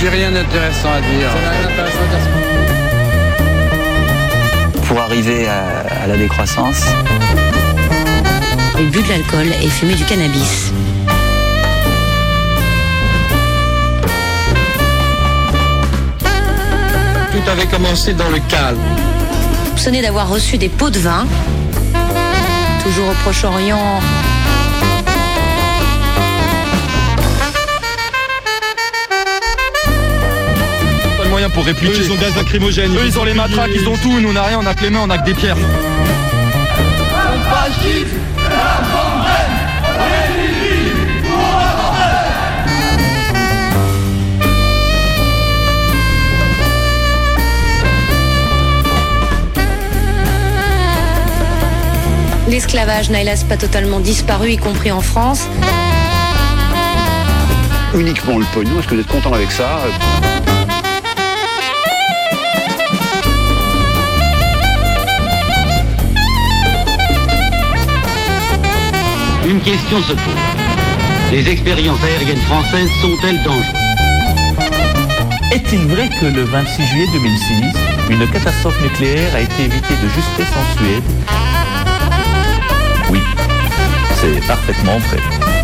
J'ai rien d'intéressant à dire. Pour arriver à la décroissance. Il bu de l'alcool et fumait du cannabis. Tout avait commencé dans le calme. Soupçonné d'avoir reçu des pots de vin. Toujours au Proche-Orient. Pas de moyens pour répliquer. Eux, ils ont gaz lacrymogène. Eux, ils ont les matraques, ils ont tout. Nous, on n'a rien, on n'a que les mains, on n'a que des pierres. L'esclavage n'a hélas pas totalement disparu, y compris en France. Uniquement le pognon, est-ce que vous êtes content avec ça ? Une question se pose. Les expériences aériennes françaises sont-elles dangereuses ? Est-il vrai que le 26 juillet 2006, une catastrophe nucléaire a été évitée de justesse en Suède ? Oui, c'est parfaitement vrai.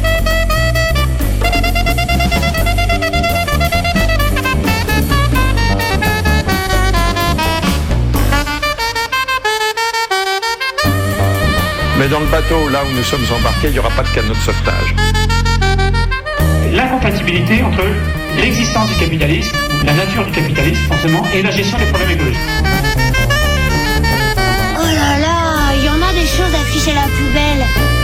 Mais dans le bateau, là où nous sommes embarqués, il n'y aura pas de canot de sauvetage. L'incompatibilité entre l'existence du capitalisme, la nature du capitalisme, forcément, et la gestion des problèmes écologiques. Oh là là, il y en a des choses affichées à la poubelle.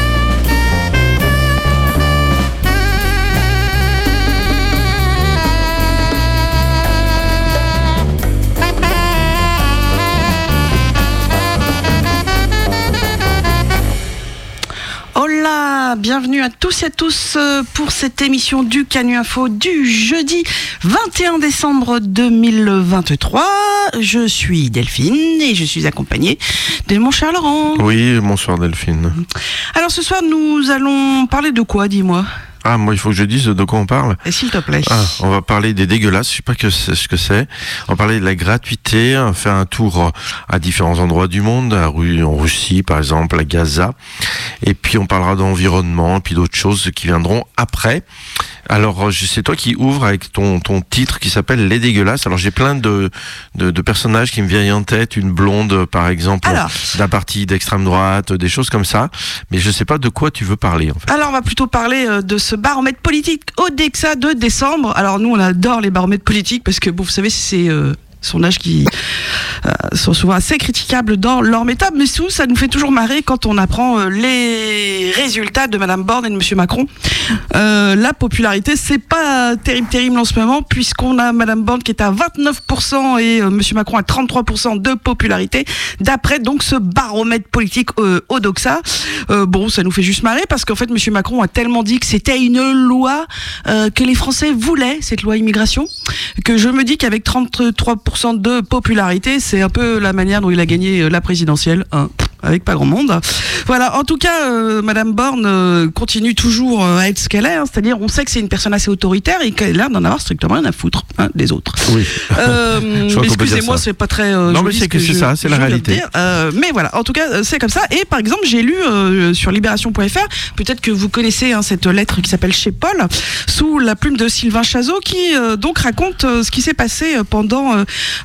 Bienvenue à tous et à tous pour cette émission du Canu Info du jeudi 21 décembre 2023. Je suis Delphine et je suis accompagnée de mon cher Laurent. Oui, bonsoir Delphine. Alors ce soir nous allons parler de quoi, dis-moi ? Ah, moi, il faut que je dise de quoi on parle. Et s'il te plaît. Ah, on va parler des dégueulasses, je sais pas ce que c'est. On va parler de la gratuité, on va faire un tour à différents endroits du monde, en Russie, par exemple, à Gaza. Et puis, on parlera d'environnement, puis d'autres choses qui viendront après. Alors, c'est toi qui ouvres avec ton titre qui s'appelle Les dégueulasses. Alors, j'ai plein de personnages qui me viennent en tête. Une blonde, par exemple, d'un parti d'extrême droite, des choses comme ça. Mais je sais pas de quoi tu veux parler, en fait. Alors, on va plutôt parler de ce baromètre politique Odexa de décembre. Alors, nous, on adore les baromètres politiques parce que, bon, vous savez, c'est sondages qui sont souvent assez critiquables dans leur méthode, mais surtout ça nous fait toujours marrer quand on apprend les résultats de Madame Borne et de Monsieur Macron. La popularité, c'est pas terrible en ce moment, puisqu'on a Madame Borne qui est à 29% et Monsieur Macron à 33% de popularité, d'après donc ce baromètre politique Odoxa. Bon, ça nous fait juste marrer parce qu'en fait Monsieur Macron a tellement dit que c'était une loi que les Français voulaient, cette loi immigration, que je me dis qu'avec 33% de popularité, c'est un peu la manière dont il a gagné la présidentielle, avec pas grand monde. Voilà, en tout cas, Madame Borne continue toujours à être ce qu'elle est, c'est-à-dire on sait que c'est une personne assez autoritaire et qu'elle a l'air d'en avoir strictement rien à foutre des autres. Oui. Excusez-moi, c'est pas très non, mais c'est que c'est ça, c'est la réalité. Mais voilà, en tout cas, c'est comme ça. Et par exemple, j'ai lu sur Libération.fr, peut-être que vous connaissez cette lettre qui s'appelle Chez Paul, sous la plume de Sylvain Chazot, qui donc raconte ce qui s'est passé pendant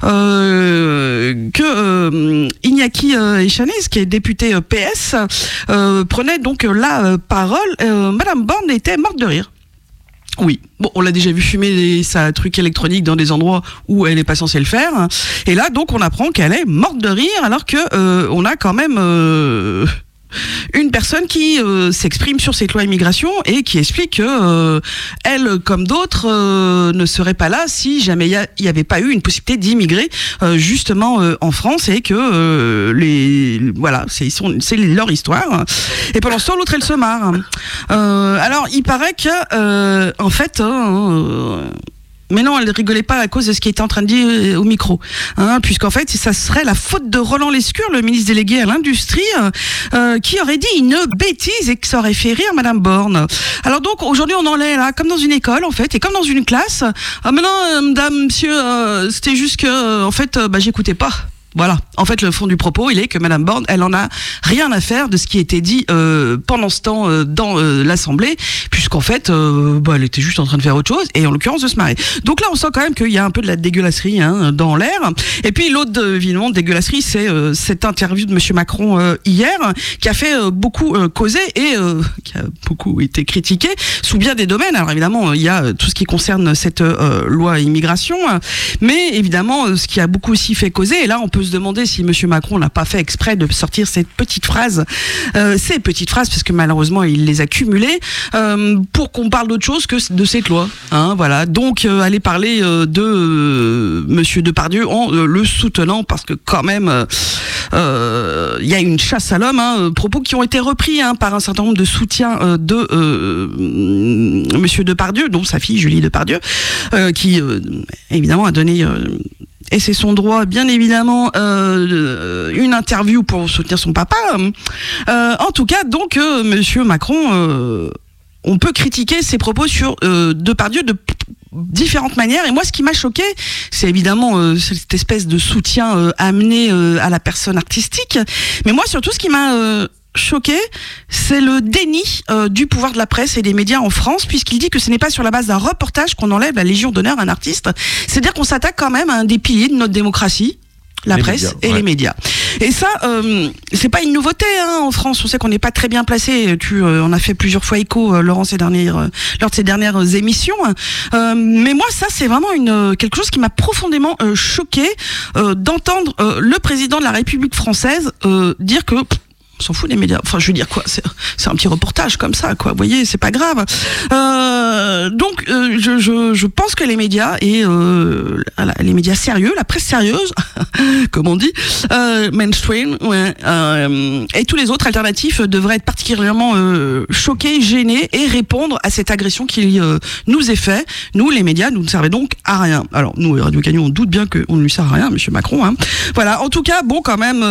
que Iñaki Echaniz, qui est député PS, prenait donc la parole. Madame Borne était morte de rire. Oui, bon, on l'a déjà vu fumer sa truc électronique dans des endroits où elle n'est pas censée le faire. Et là, donc, on apprend qu'elle est morte de rire, alors que on a quand même une personne qui s'exprime sur cette loi immigration et qui explique que elle, comme d'autres, ne serait pas là si jamais il n'y avait pas eu une possibilité d'immigrer justement en France, et que voilà, c'est leur histoire. Et pendant ce temps, l'autre, elle se marre. Alors, il paraît que en fait, Mais non, elle rigolait pas à cause de ce qui était en train de dire au micro, puisqu'en fait, ça serait la faute de Roland Lescure, le ministre délégué à l'industrie, qui aurait dit une bêtise et que ça aurait fait rire Madame Borne. Alors donc, aujourd'hui, on en est là, comme dans une école, en fait, et comme dans une classe. Maintenant, madame, monsieur, c'était juste que, en fait, j'écoutais pas. Voilà. En fait, le fond du propos, il est que Madame Borne, elle en a rien à faire de ce qui était dit pendant ce temps dans l'Assemblée, puisqu'en fait, elle était juste en train de faire autre chose, et en l'occurrence de se marrer. Donc là, on sent quand même qu'il y a un peu de la dégueulasserie dans l'air. Et puis l'autre, évidemment, dégueulasserie, c'est cette interview de Monsieur Macron hier, qui a fait beaucoup causer et qui a beaucoup été critiqué sous bien des domaines. Alors évidemment, il y a tout ce qui concerne cette loi immigration, mais évidemment, ce qui a beaucoup aussi fait causer, et là, on peut se demander si Monsieur Macron n'a pas fait exprès de sortir ces petites phrases, parce que malheureusement il les a cumulées pour qu'on parle d'autre chose que de cette loi. Voilà. Donc aller parler de Monsieur Depardieu en le soutenant, parce que quand même il y a une chasse à l'homme, propos qui ont été repris par un certain nombre de soutiens de Monsieur Depardieu, dont sa fille Julie Depardieu, qui évidemment a donné et c'est son droit, bien évidemment, une interview pour soutenir son papa. En tout cas, donc, Monsieur Macron, on peut critiquer ses propos sur Depardieu de différentes manières. Et moi, ce qui m'a choqué, c'est évidemment cette espèce de soutien amené à la personne artistique. Mais moi, surtout, ce qui m'a choqué, c'est le déni du pouvoir de la presse et des médias en France, puisqu'il dit que ce n'est pas sur la base d'un reportage qu'on enlève la Légion d'honneur à un artiste. C'est-à-dire qu'on s'attaque quand même à un des piliers de notre démocratie, la presse et les médias. Et ça, c'est pas une nouveauté en France. On sait qu'on n'est pas très bien placé. On a fait plusieurs fois écho, Laurent, lors de ces dernières émissions. Mais moi, ça, c'est vraiment quelque chose qui m'a profondément choqué d'entendre le président de la République française dire que on s'en fout des médias. Enfin, je veux dire quoi, c'est un petit reportage comme ça, quoi. Vous voyez, c'est pas grave. Donc, je pense que les médias et les médias sérieux, la presse sérieuse, comme on dit, mainstream, et tous les autres alternatifs devraient être particulièrement choqués, gênés et répondre à cette agression qui nous est faite. Nous, les médias, nous ne servons donc à rien. Alors, nous, Radio Canyon, on doute bien qu'on ne lui sert à rien, Monsieur Macron. Voilà. En tout cas, bon, quand même.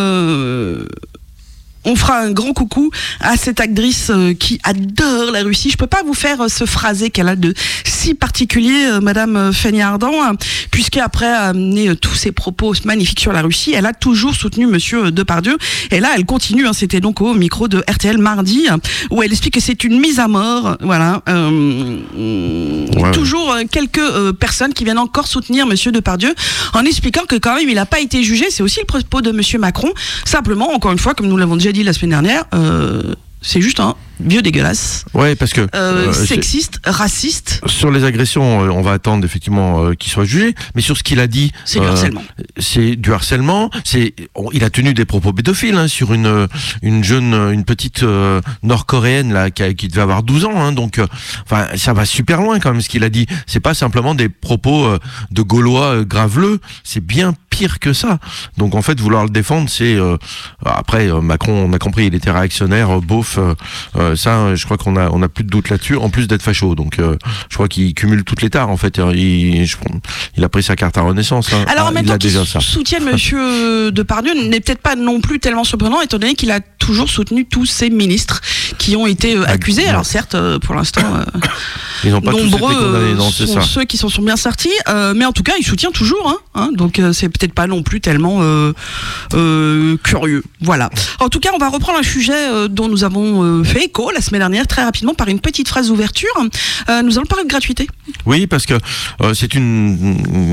On fera un grand coucou à cette actrice qui adore la Russie. Je peux pas vous faire ce phrasé qu'elle a de si particulier, Madame Fanny Ardant, puisqu'après amener tous ses propos magnifiques sur la Russie, elle a toujours soutenu Monsieur Depardieu. Et là, elle continue. C'était donc au micro de RTL mardi, où elle explique que c'est une mise à mort. Voilà. Toujours quelques personnes qui viennent encore soutenir Monsieur Depardieu, en expliquant que quand même il n'a pas été jugé. C'est aussi le propos de Monsieur Macron. Simplement, encore une fois, comme nous l'avons déjà dit la semaine dernière, c'est juste un vieux dégueulasse. Ouais, parce que sexiste, raciste. Sur les agressions, on va attendre effectivement qu'il soit jugé, mais sur ce qu'il a dit, c'est du harcèlement. C'est du harcèlement. Il a tenu des propos pédophiles sur une petite nord-coréenne là qui devait avoir 12 ans. Donc, ça va super loin quand même ce qu'il a dit. C'est pas simplement des propos de Gaulois graveleux. C'est bien pire que ça. Donc en fait, vouloir le défendre, c'est après Macron, on a compris, il était réactionnaire, beauf. Ça, je crois qu'on a plus de doute là-dessus, en plus d'être facho. Donc, je crois qu'il cumule toutes les tares, en fait. Il a pris sa carte à Renaissance. Alors, en même temps, qu'il soutienne Monsieur Depardieu n'est peut-être pas non plus tellement surprenant, étant donné qu'il a toujours soutenu tous ces ministres qui ont été accusés. Alors, certes, pour l'instant, ils n'ont pas nombreux tous été condamnés, non, c'est ça. Ceux qui s'en sont bien sortis. Mais en tout cas, il soutient toujours. Donc, c'est peut-être pas non plus tellement curieux. Voilà. En tout cas, on va reprendre un sujet dont nous avons fait écho la semaine dernière, très rapidement, par une petite phrase d'ouverture. Nous allons parler de gratuité. Oui, parce que c'est une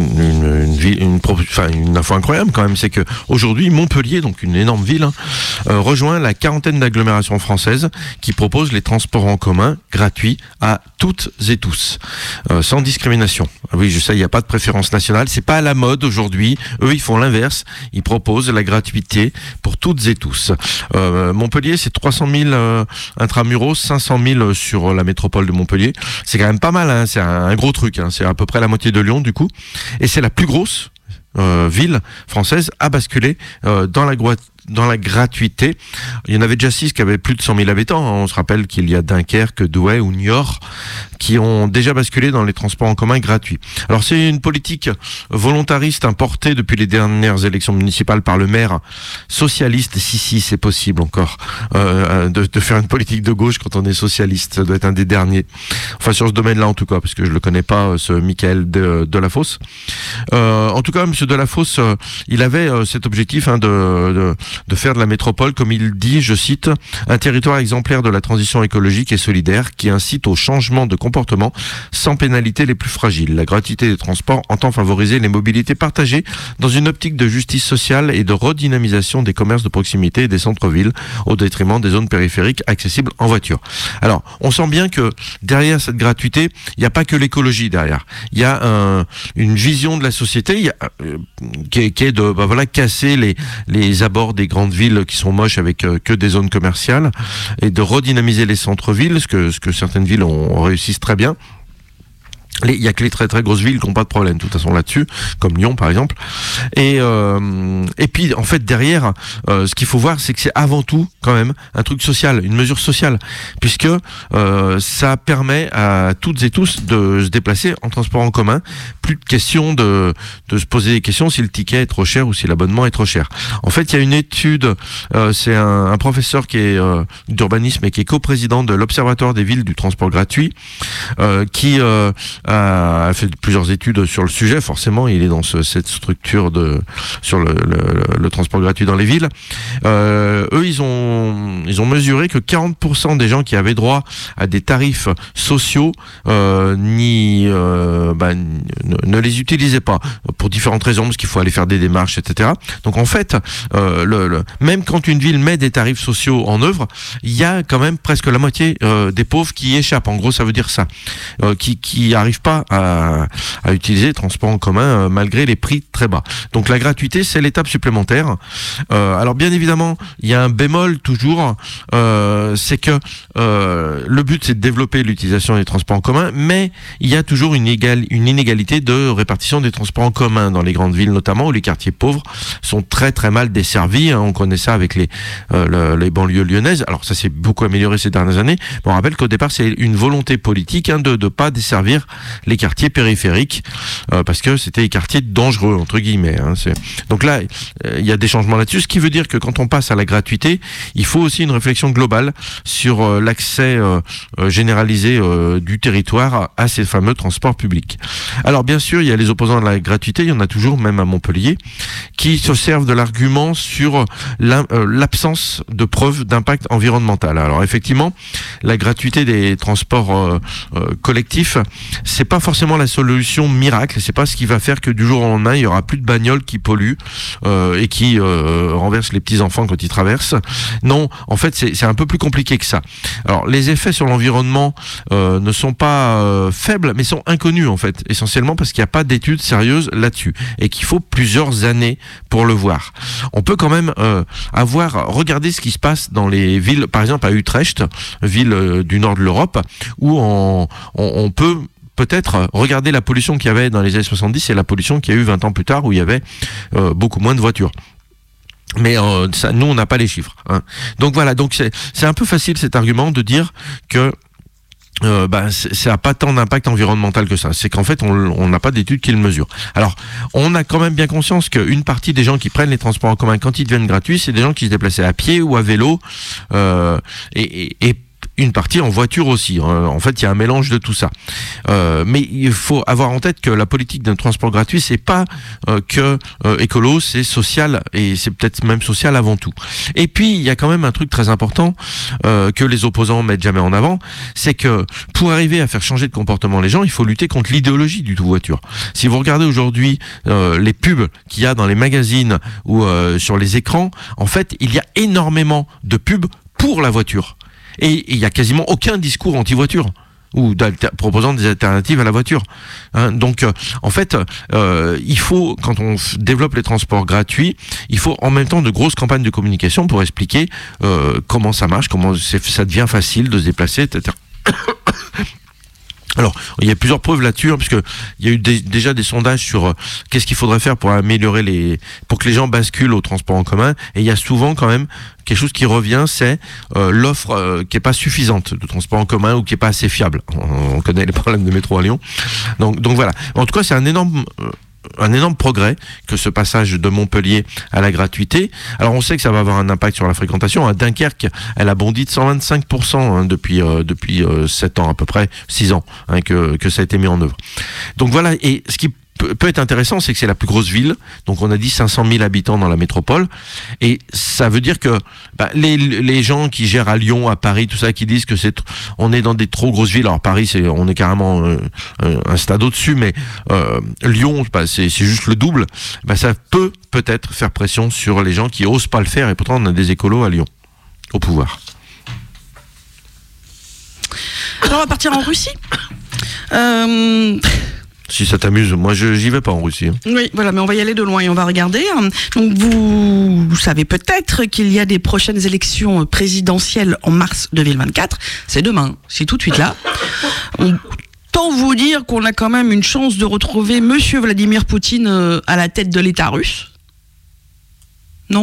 info incroyable quand même, c'est que aujourd'hui Montpellier, donc une énorme ville, rejoint la quarantaine d'agglomérations françaises qui proposent les transports en commun gratuits à toutes et tous, sans discrimination. Oui, je sais, il n'y a pas de préférence nationale, c'est pas à la mode aujourd'hui. Eux, ils font l'inverse, ils proposent la gratuité pour toutes et tous. Montpellier, c'est 300 000 intramuros, 500 000 sur la métropole de Montpellier. C'est quand même pas mal, c'est un gros truc. C'est à peu près la moitié de Lyon du coup, et c'est la plus grosse ville française à basculer dans dans la gratuité. Il y en avait déjà 6 qui avaient plus de 100 000 habitants. On se rappelle qu'il y a Dunkerque, Douai ou Niort qui ont déjà basculé dans les transports en commun gratuits. Alors c'est une politique volontariste importée depuis les dernières élections municipales par le maire socialiste. Si, c'est possible encore de faire une politique de gauche quand on est socialiste. Ça doit être un des derniers. Enfin sur ce domaine-là en tout cas, parce que je le connais pas, ce Michael Delafosse. En tout cas, Monsieur Delafosse, il avait cet objectif de faire de la métropole, comme il dit, je cite, un territoire exemplaire de la transition écologique et solidaire qui incite au changement de comportement sans pénalité les plus fragiles. La gratuité des transports entend favoriser les mobilités partagées dans une optique de justice sociale et de redynamisation des commerces de proximité et des centres-villes au détriment des zones périphériques accessibles en voiture. Alors, on sent bien que derrière cette gratuité, il n'y a pas que l'écologie derrière. Il y a une vision de la société qui est de casser les abords des grandes villes qui sont moches avec que des zones commerciales et de redynamiser les centres-villes, ce que certaines villes ont réussi très bien. Il y a que les très très grosses villes qui n'ont pas de problème de toute façon là-dessus, comme Lyon par exemple. Et puis en fait derrière, ce qu'il faut voir, c'est que c'est avant tout quand même un truc social, une mesure sociale, puisque ça permet à toutes et tous de se déplacer en transport en commun. Plus de question de se poser des questions si le ticket est trop cher ou si l'abonnement est trop cher. En fait, il y a une étude, c'est un professeur qui est d'urbanisme et qui est coprésident de l'Observatoire des villes du transport gratuit, qui a fait plusieurs études sur le sujet. Forcément, il est dans cette structure sur le transport gratuit dans les villes. Eux, ils ont mesuré que 40% des gens qui avaient droit à des tarifs sociaux ne les utilisaient pas pour différentes raisons, parce qu'il faut aller faire des démarches, etc. Donc en fait, même quand une ville met des tarifs sociaux en œuvre, il y a quand même presque la moitié des pauvres qui y échappent. En gros, ça veut dire ça, qui arrivent pas à utiliser les transports en commun malgré les prix très bas. Donc la gratuité, c'est l'étape supplémentaire. Alors bien évidemment, il y a un bémol toujours, c'est que le but c'est de développer l'utilisation des transports en commun, mais il y a toujours une inégalité de répartition des transports en commun dans les grandes villes, notamment où les quartiers pauvres sont très très mal desservis. On connaît ça avec les banlieues lyonnaises. Alors ça s'est beaucoup amélioré ces dernières années. On rappelle qu'au départ c'est une volonté politique de pas desservir les quartiers périphériques parce que c'était des quartiers dangereux entre guillemets. Donc là, il y a des changements là-dessus, ce qui veut dire que quand on passe à la gratuité, il faut aussi une réflexion globale sur l'accès généralisé du territoire à ces fameux transports publics. Alors bien sûr, il y a les opposants de la gratuité, il y en a toujours, même à Montpellier, qui se servent de l'argument sur l'absence de preuves d'impact environnemental. Alors effectivement, la gratuité des transports collectifs, c'est pas forcément la solution miracle, c'est pas ce qui va faire que du jour au lendemain il y aura plus de bagnoles qui polluent et qui renversent les petits enfants quand ils traversent. Non, en fait c'est un peu plus compliqué que ça. Alors les effets sur l'environnement ne sont pas faibles, mais sont inconnus en fait, essentiellement parce qu'il n'y a pas d'études sérieuses là-dessus et qu'il faut plusieurs années pour le voir. On peut quand même regarder ce qui se passe dans les villes, par exemple à Utrecht, ville du nord de l'Europe, où on peut peut-être regarder la pollution qu'il y avait dans les années 70 et la pollution qu'il y a eu 20 ans plus tard où il y avait beaucoup moins de voitures. Mais ça, nous, on n'a pas les chiffres. Donc voilà, donc c'est un peu facile cet argument de dire que ça n'a pas tant d'impact environnemental que ça. C'est qu'en fait, on n'a pas d'études qui le mesurent. Alors, on a quand même bien conscience qu'une partie des gens qui prennent les transports en commun quand ils deviennent gratuits, c'est des gens qui se déplaçaient à pied ou à vélo et une partie en voiture aussi. En fait, il y a un mélange de tout ça. Mais il faut avoir en tête que la politique d'un transport gratuit, c'est pas que écolo, c'est social et c'est peut-être même social avant tout. Et puis, il y a quand même un truc très important que les opposants mettent jamais en avant, c'est que pour arriver à faire changer de comportement les gens, il faut lutter contre l'idéologie du tout voiture. Si vous regardez aujourd'hui les pubs qu'il y a dans les magazines ou sur les écrans, en fait, il y a énormément de pubs pour la voiture. Et il n'y a quasiment aucun discours anti-voiture ou proposant des alternatives à la voiture. Donc, en fait, il faut, quand on développe les transports gratuits, il faut en même temps de grosses campagnes de communication pour expliquer comment ça marche, comment ça devient facile de se déplacer, etc. Alors, il y a plusieurs preuves là-dessus, hein, puisque il y a eu déjà des sondages sur qu'est-ce qu'il faudrait faire pour améliorer pour que les gens basculent au transport en commun. Et il y a souvent quand même quelque chose qui revient, c'est l'offre qui est pas suffisante de transport en commun ou qui est pas assez fiable. On connaît les problèmes de métro à Lyon. Donc voilà. En tout cas, c'est un énorme progrès que ce passage de Montpellier à la gratuité. Alors on sait que ça va avoir un impact sur la fréquentation. Dunkerque, elle a bondi de 125% depuis 7 ans à peu près, 6 ans que ça a été mis en œuvre. Donc voilà, et ce qui peut être intéressant, c'est que c'est la plus grosse ville. Donc on a dit 500 000 habitants dans la métropole. Et ça veut dire que les gens qui gèrent à Lyon, à Paris, tout ça, qui disent que on est dans des trop grosses villes. Alors Paris, on est carrément un stade au-dessus, mais Lyon, c'est juste le double. Ça peut-être faire pression sur les gens qui osent pas le faire. Et pourtant, on a des écolos à Lyon, au pouvoir. Alors on va partir en Russie. Si ça t'amuse, moi j'y vais pas en Russie. Oui, voilà, mais on va y aller de loin et on va regarder. Donc vous savez peut-être qu'il y a des prochaines élections présidentielles en mars 2024. C'est demain, c'est tout de suite là. Autant vous dire qu'on a quand même une chance de retrouver Monsieur Vladimir Poutine à la tête de l'État russe. Non ?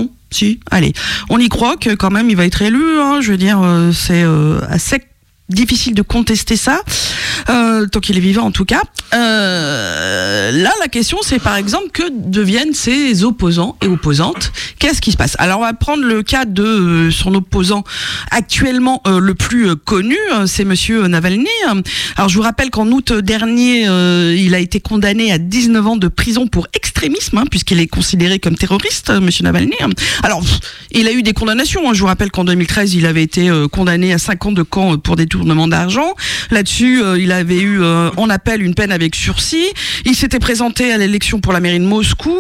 Si ? Allez. On y croit que quand même il va être élu. Je veux dire, c'est assez difficile de contester ça, tant qu'il est vivant en tout cas. Là, la question, c'est par exemple que deviennent ses opposants et opposantes. Qu'est-ce qui se passe ? Alors, on va prendre le cas de son opposant actuellement le plus connu, c'est Monsieur Navalny. Alors, je vous rappelle qu'en août dernier, il a été condamné à 19 ans de prison pour extrémisme, puisqu'il est considéré comme terroriste, Monsieur Navalny. Alors, il a eu des condamnations. Je vous rappelle qu'en 2013, il avait été condamné à 5 ans de camp pour détournement d'argent. Là-dessus, il avait eu en appel une peine avec sursis. Il s'était présenté à l'élection pour la mairie de Moscou.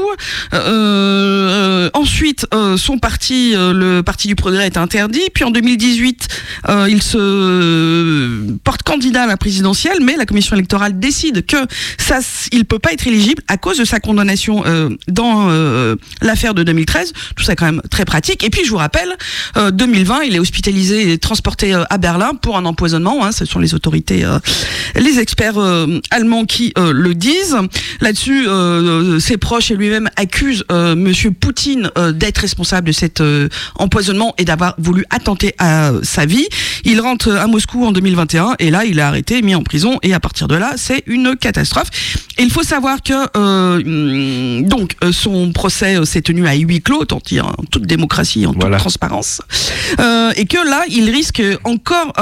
Ensuite, son parti, le Parti du Progrès, est interdit. Puis en 2018, il se porte candidat à la présidentielle, mais la commission électorale décide que il peut pas être éligible à cause de sa condamnation dans l'affaire de 2013. Tout ça est quand même très pratique. Et puis je vous rappelle, 2020, il est hospitalisé et transporté à Berlin pour un empoisonnement. Ce sont les autorités, les experts allemands qui le disent. Là-dessus, ses proches et lui-même accusent Monsieur Poutine d'être responsable de cet empoisonnement et d'avoir voulu attenter à sa vie. Il rentre à Moscou en 2021 et là, il est arrêté, mis en prison et à partir de là, c'est une catastrophe. Et il faut savoir que donc son procès s'est tenu à huis clos, en toute démocratie, en toute transparence, et que là, il risque encore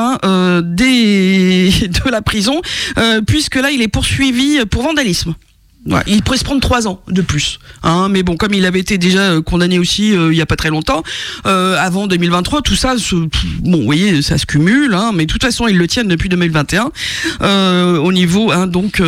de la prison, puisque là, il est poursuivi pour vandalisme. Ouais, il pourrait se prendre 3 ans de plus, mais bon, comme il avait été déjà condamné aussi il y a pas très longtemps, avant 2023, tout ça, bon, vous voyez, ça se cumule, mais de toute façon, ils le tiennent depuis 2021 au niveau, donc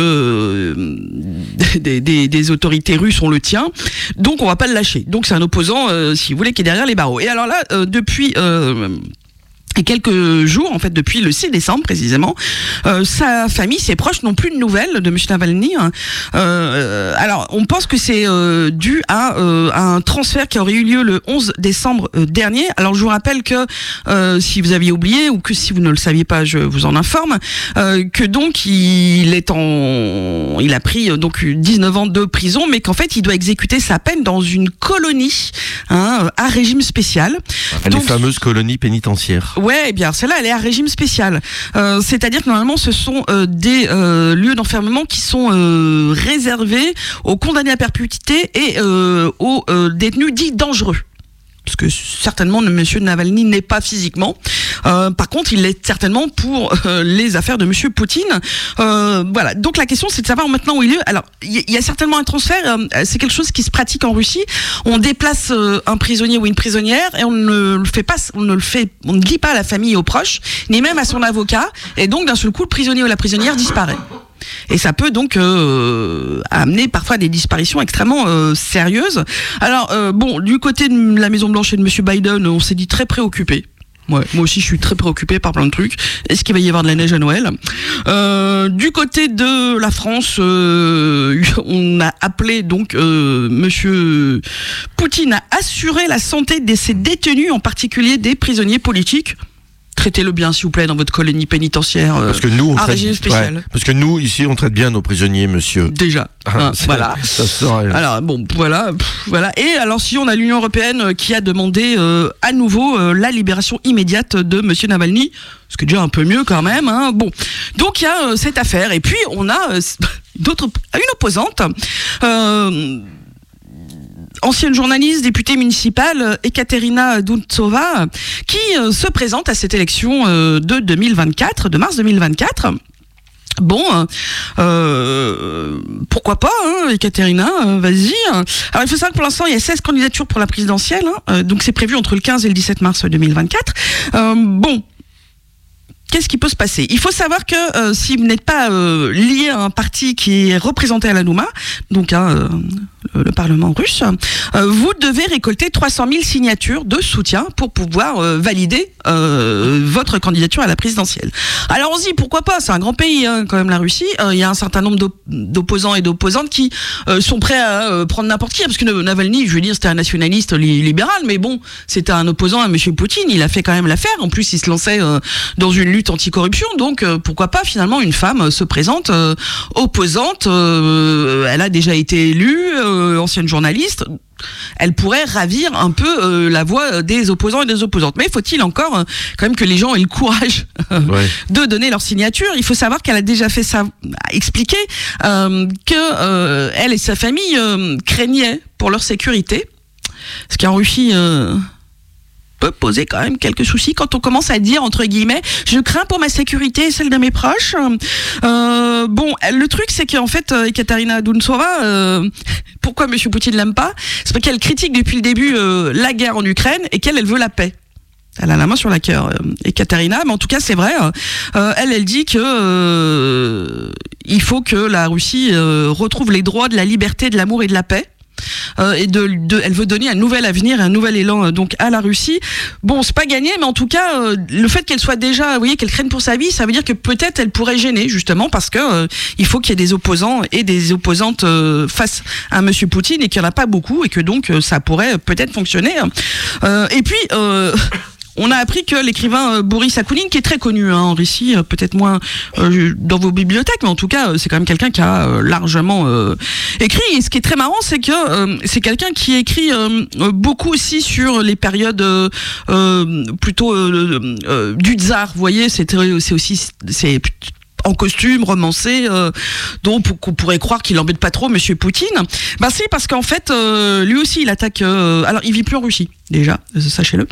des autorités russes, on le tient, donc on va pas le lâcher. Donc c'est un opposant, si vous voulez, qui est derrière les barreaux. Et alors là, depuis et quelques jours, en fait, depuis le 6 décembre précisément, sa famille, ses proches n'ont plus de nouvelles de M. Navalny. Alors, on pense que c'est dû à un transfert qui aurait eu lieu le 11 décembre dernier. Alors, je vous rappelle que si vous aviez oublié ou que si vous ne le saviez pas, je vous en informe, que donc il a pris donc 19 ans de prison, mais qu'en fait, il doit exécuter sa peine dans une colonie à régime spécial. Les fameuses colonies pénitentiaires. Ouais, eh bien, celle-là, elle est à régime spécial. C'est-à-dire que normalement, ce sont des lieux d'enfermement qui sont réservés aux condamnés à perpétuité et aux détenus dits dangereux. Parce que certainement, M. Navalny n'est pas physiquement. Par contre, il l'est certainement pour les affaires de M. Poutine. Voilà. Donc la question, c'est de savoir maintenant où il est. Alors, il y a certainement un transfert. C'est quelque chose qui se pratique en Russie. On déplace un prisonnier ou une prisonnière et on ne le dit pas à la famille et aux proches, ni même à son avocat. Et donc, d'un seul coup, le prisonnier ou la prisonnière disparaît. Et ça peut donc amener parfois des disparitions extrêmement sérieuses. Alors, bon, du côté de la Maison-Blanche et de M. Biden, on s'est dit très préoccupé. Ouais, moi aussi je suis très préoccupé par plein de trucs. Est-ce qu'il va y avoir de la neige à Noël ? Du côté de la France, on a appelé donc Monsieur Poutine à assurer la santé de ses détenus, en particulier des prisonniers politiques. traitez-le bien, s'il vous plaît, dans votre colonie pénitentiaire. Parce que nous, régime spécial. Parce que nous, ici, on traite bien nos prisonniers, monsieur. Déjà. Voilà. Ça serait... Alors bon, voilà. Et alors, si on a l'Union européenne qui a demandé à nouveau la libération immédiate de Monsieur Navalny, ce qui est déjà un peu mieux quand même. Hein. Bon, donc il y a cette affaire. Et puis on a une opposante. Ancienne journaliste, députée municipale, Ekaterina Duntsova, qui se présente à cette élection de mars 2024. Bon, pourquoi pas, hein, Ekaterina, vas-y. Alors il faut savoir que pour l'instant, il y a 16 candidatures pour la présidentielle, hein, donc c'est prévu entre le 15 et le 17 mars 2024. Bon. Qu'est-ce qui peut se passer ? Il faut savoir que si vous n'êtes pas lié à un parti qui est représenté à la Douma, donc le Parlement russe, vous devez récolter 300 000 signatures de soutien pour pouvoir valider votre candidature à la présidentielle. Alors on se dit pourquoi pas, c'est un grand pays hein, quand même la Russie, il y a un certain nombre d'opposants et d'opposantes qui sont prêts à prendre n'importe qui, parce que Navalny, je veux dire, c'était un nationaliste libéral, mais bon, c'était un opposant à Monsieur Poutine, il a fait quand même l'affaire, en plus il se lançait dans une lutte anticorruption, donc pourquoi pas finalement une femme se présente opposante, elle a déjà été élue, ancienne journaliste, elle pourrait ravir un peu la voix des opposants et des opposantes. Mais faut-il encore quand même que les gens aient le courage de donner leur signature. Il faut savoir qu'elle a déjà fait ça, expliquer que elle et sa famille craignaient pour leur sécurité, ce qui en Russie peut poser quand même quelques soucis quand on commence à dire entre guillemets je crains pour ma sécurité et celle de mes proches. Bon, le truc c'est qu'en fait Ekaterina Duntsova, pourquoi Monsieur Poutine l'aime pas, c'est parce qu'elle critique depuis le début la guerre en Ukraine et qu'elle veut la paix. Elle a la main sur la cœur, Ekaterina, mais en tout cas c'est vrai. Elle dit que il faut que la Russie retrouve les droits de la liberté, de l'amour et de la paix. Et elle veut donner un nouvel avenir, un nouvel élan donc à la Russie. Bon, c'est pas gagné, mais en tout cas, le fait qu'elle soit déjà, vous voyez, qu'elle craigne pour sa vie, ça veut dire que peut-être elle pourrait gêner, justement, parce que il faut qu'il y ait des opposants et des opposantes face à Monsieur Poutine, et qu'il n'y en a pas beaucoup, et que donc ça pourrait peut-être fonctionner. Et puis. On a appris que l'écrivain Boris Akounine, qui est très connu en Russie, peut-être moins dans vos bibliothèques, mais en tout cas, c'est quand même quelqu'un qui a largement écrit. Et ce qui est très marrant, c'est que c'est quelqu'un qui écrit beaucoup aussi sur les périodes plutôt du tsar. Vous voyez, c'est en costume, romancé, donc on pourrait croire qu'il embête pas trop Monsieur Poutine. Ben c'est parce qu'en fait, lui aussi, il attaque. Alors, il vit plus en Russie déjà, sachez-le.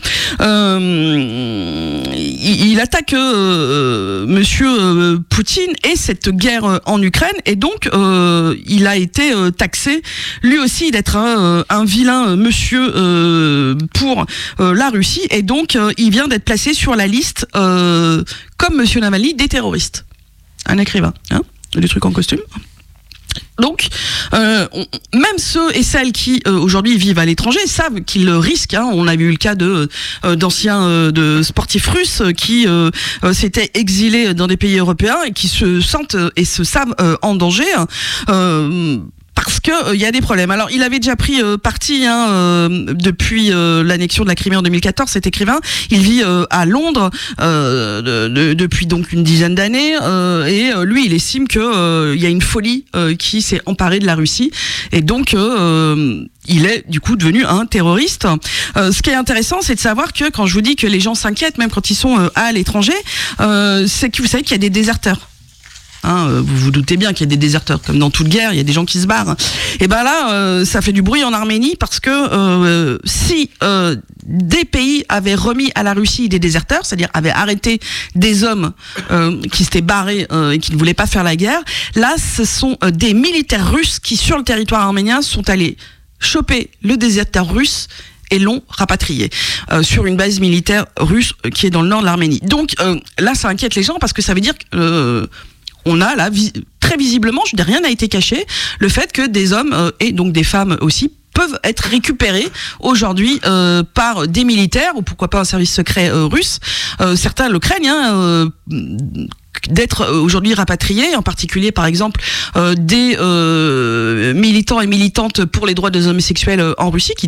Il attaque Monsieur Poutine et cette guerre en Ukraine, et donc il a été taxé lui aussi d'être un vilain monsieur pour la Russie, et donc il vient d'être placé sur la liste comme Monsieur Navalny des terroristes. Un écrivain, hein, des trucs en costume. Donc, même ceux et celles qui aujourd'hui vivent à l'étranger savent qu'ils risquent. Hein, on a vu le cas d'anciens de sportifs russes qui s'étaient exilés dans des pays européens et qui se sentent et se savent en danger. Parce que y a des problèmes. Alors, il avait déjà pris parti depuis l'annexion de la Crimée en 2014. Cet écrivain, il vit à Londres depuis donc une dizaine d'années, et lui, il estime que il y a une folie qui s'est emparée de la Russie, et donc il est du coup devenu un terroriste. Ce qui est intéressant, c'est de savoir que quand je vous dis que les gens s'inquiètent, même quand ils sont à l'étranger, c'est que vous savez qu'il y a des déserteurs. Hein, vous vous doutez bien qu'il y a des déserteurs, comme dans toute guerre, il y a des gens qui se barrent. Et ben là, ça fait du bruit en Arménie, parce que si des pays avaient remis à la Russie des déserteurs, c'est-à-dire avaient arrêté des hommes qui s'étaient barrés et qui ne voulaient pas faire la guerre, là, ce sont des militaires russes qui, sur le territoire arménien, sont allés choper le déserteur russe et l'ont rapatrié sur une base militaire russe qui est dans le nord de l'Arménie. Donc là, ça inquiète les gens, parce que ça veut dire que on a là, très visiblement, je dis rien n'a été caché, le fait que des hommes et donc des femmes aussi peuvent être récupérés aujourd'hui par des militaires, ou pourquoi pas un service secret russe. Certains le craignent, d'être aujourd'hui rapatriés, en particulier par exemple des militants et militantes pour les droits des homosexuels en Russie, qui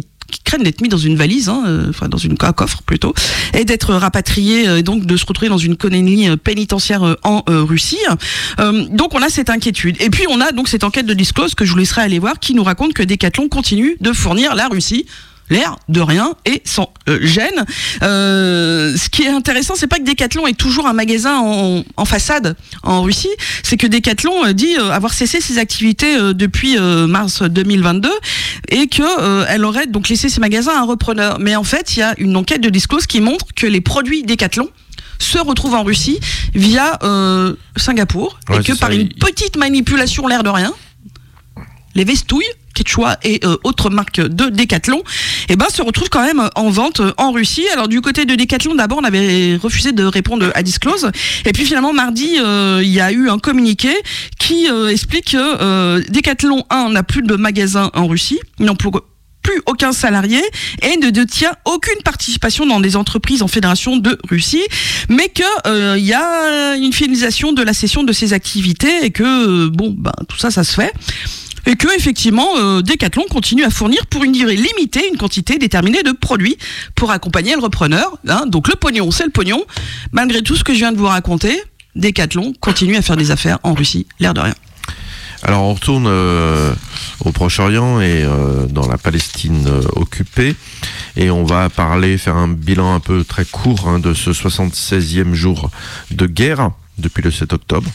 craignent d'être mis dans une valise, enfin dans un coffre plutôt, et d'être rapatriés, et donc de se retrouver dans une colonie pénitentiaire en Russie. Donc on a cette inquiétude. Et puis on a donc cette enquête de Disclose que je vous laisserai aller voir, qui nous raconte que Decathlon continue de fournir la Russie l'air de rien et sans gêne. Ce qui est intéressant, c'est pas que Decathlon est toujours un magasin en façade en Russie, c'est que Decathlon dit avoir cessé ses activités depuis mars 2022 et que elle aurait donc laissé ses magasins à un repreneur. Mais en fait, il y a une enquête de Disclose qui montre que les produits Decathlon se retrouvent en Russie via Singapour, et que par une petite manipulation l'air de rien, les vestouilles Quechua et autres marques de Decathlon, se retrouvent quand même en vente en Russie. Alors du côté de Decathlon, d'abord on avait refusé de répondre à Disclose, et puis finalement mardi il y a eu un communiqué qui explique que Decathlon n'a plus de magasins en Russie, ils n'emploient plus aucun salarié et ne détient aucune participation dans des entreprises en fédération de Russie, mais que il y a une finalisation de la cession de ses activités et que tout ça se fait. Et que effectivement, Decathlon continue à fournir pour une durée limitée une quantité déterminée de produits pour accompagner le repreneur. Donc le pognon, c'est le pognon. Malgré tout ce que je viens de vous raconter, Decathlon continue à faire des affaires en Russie, l'air de rien. Alors on retourne au Proche-Orient et dans la Palestine occupée, et on va faire un bilan un peu très court de ce 76e jour de guerre depuis le 7 octobre.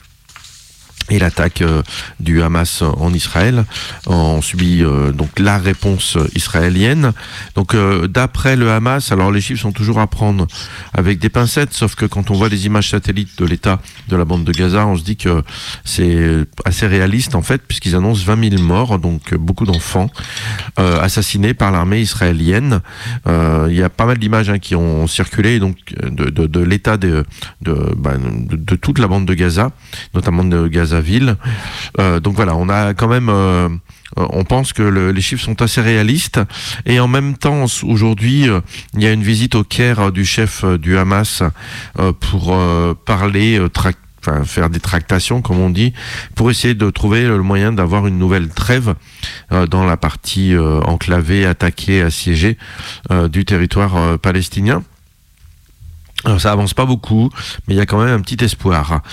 Et l'attaque du Hamas en Israël. On subit donc la réponse israélienne. Donc d'après le Hamas, alors les chiffres sont toujours à prendre avec des pincettes, sauf que quand on voit les images satellites de l'état de la bande de Gaza, on se dit que c'est assez réaliste en fait, puisqu'ils annoncent 20 000 morts, donc beaucoup d'enfants assassinés par l'armée israélienne. Il y a pas mal d'images qui ont circulé donc de l'état de toute la bande de Gaza, notamment de Gaza ville. Donc voilà, on a quand même on pense que les chiffres sont assez réalistes, et en même temps aujourd'hui il y a une visite au Caire du chef du Hamas pour parler faire des tractations comme on dit, pour essayer de trouver le moyen d'avoir une nouvelle trêve dans la partie enclavée, attaquée, assiégée du territoire palestinien. Alors ça avance pas beaucoup, mais il y a quand même un petit espoir,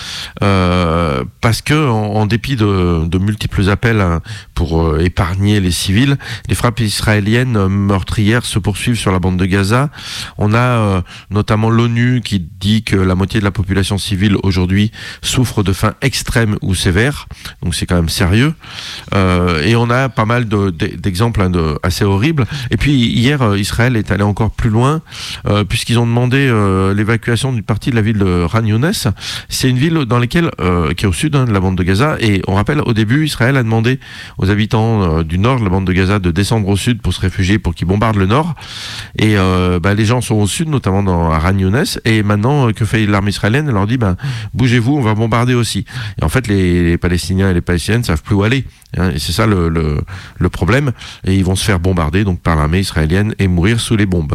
parce que en dépit de multiples appels pour épargner les civils, les frappes israéliennes meurtrières se poursuivent sur la bande de Gaza. On a notamment l'ONU qui dit que la moitié de la population civile aujourd'hui souffre de faim extrême ou sévère, donc c'est quand même sérieux. Et on a pas mal d'exemples assez horribles. Et puis hier, Israël est allé encore plus loin, puisqu'ils ont demandé l'évacuation d'une partie de la ville de Khan Younes. C'est une ville dans laquelle, qui est au sud de la bande de Gaza, et on rappelle au début, Israël a demandé aux habitants du nord de la bande de Gaza de descendre au sud pour se réfugier, pour qu'ils bombardent le nord, et les gens sont au sud, notamment à Khan Younes, et maintenant que fait l'armée israélienne, elle leur dit bougez-vous, on va bombarder aussi. Et en fait les Palestiniens et les Palestiniennes ne savent plus où aller, et c'est ça le problème, et ils vont se faire bombarder donc par l'armée israélienne et mourir sous les bombes.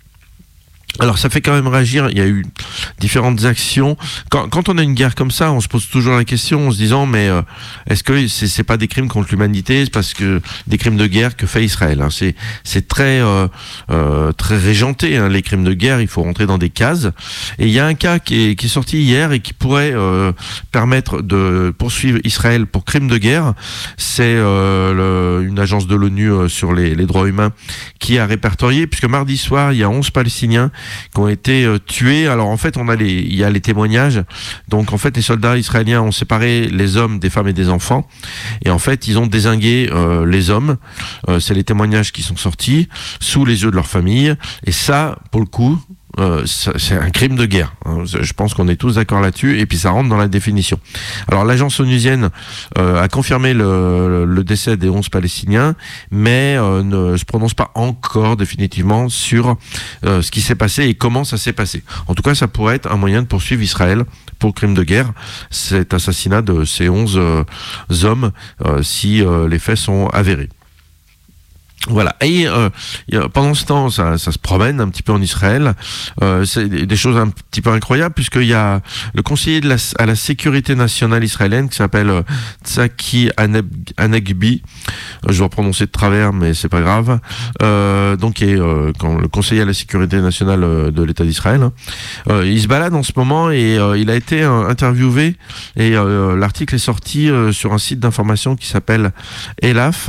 Alors ça fait quand même réagir, il y a eu différentes actions. Quand on a une guerre comme ça, on se pose toujours la question en se disant mais est-ce que c'est pas des crimes contre l'humanité, c'est parce que des crimes de guerre que fait Israël, c'est très très régenté, les crimes de guerre, il faut rentrer dans des cases. Et il y a un cas qui est sorti hier et qui pourrait permettre de poursuivre Israël pour crimes de guerre. C'est une agence de l'ONU sur les droits humains qui a répertorié, puisque mardi soir il y a 11 Palestiniens qui ont été tués. Alors en fait il y a les témoignages, donc en fait les soldats israéliens ont séparé les hommes des femmes et des enfants, et en fait ils ont dézingué les hommes, c'est les témoignages qui sont sortis sous les yeux de leur famille, et ça pour le coup c'est un crime de guerre, je pense qu'on est tous d'accord là-dessus, et puis ça rentre dans la définition. Alors l'agence onusienne a confirmé le décès des 11 Palestiniens, mais ne se prononce pas encore définitivement sur ce qui s'est passé et comment ça s'est passé. En tout cas, ça pourrait être un moyen de poursuivre Israël pour crime de guerre, cet assassinat de ces 11 hommes, si les faits sont avérés. Voilà. Et pendant ce temps, ça se promène un petit peu en Israël. C'est des choses un petit peu incroyables, puisqu'il y a le conseiller à la sécurité nationale israélienne qui s'appelle Tsaki Hanegbi. Je dois prononcer de travers, mais c'est pas grave. Donc, le conseiller à la sécurité nationale de l'État d'Israël. Il se balade en ce moment et il a été interviewé. Et l'article est sorti sur un site d'information qui s'appelle Elaf.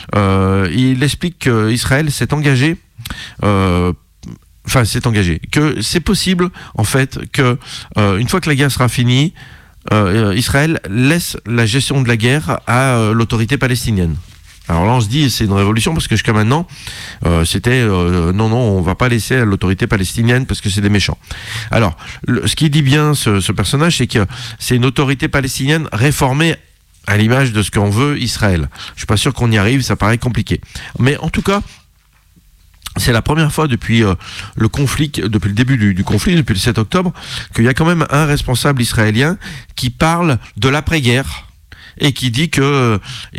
Il explique qu'Israël s'est engagé, que c'est possible, en fait, que une fois que la guerre sera finie, Israël laisse la gestion de la guerre à l'autorité palestinienne. Alors là, on se dit, c'est une révolution, parce que jusqu'à maintenant, c'était non, on va pas laisser à l'autorité palestinienne parce que c'est des méchants. Alors, ce qui dit bien ce personnage, c'est que c'est une autorité palestinienne réformée à l'image de ce qu'on veut Israël. Je suis pas sûr qu'on y arrive, ça paraît compliqué. Mais en tout cas, c'est la première fois depuis le conflit, depuis le début du conflit, depuis le 7 octobre, qu'il y a quand même un responsable israélien qui parle de l'après-guerre et qui dit qui a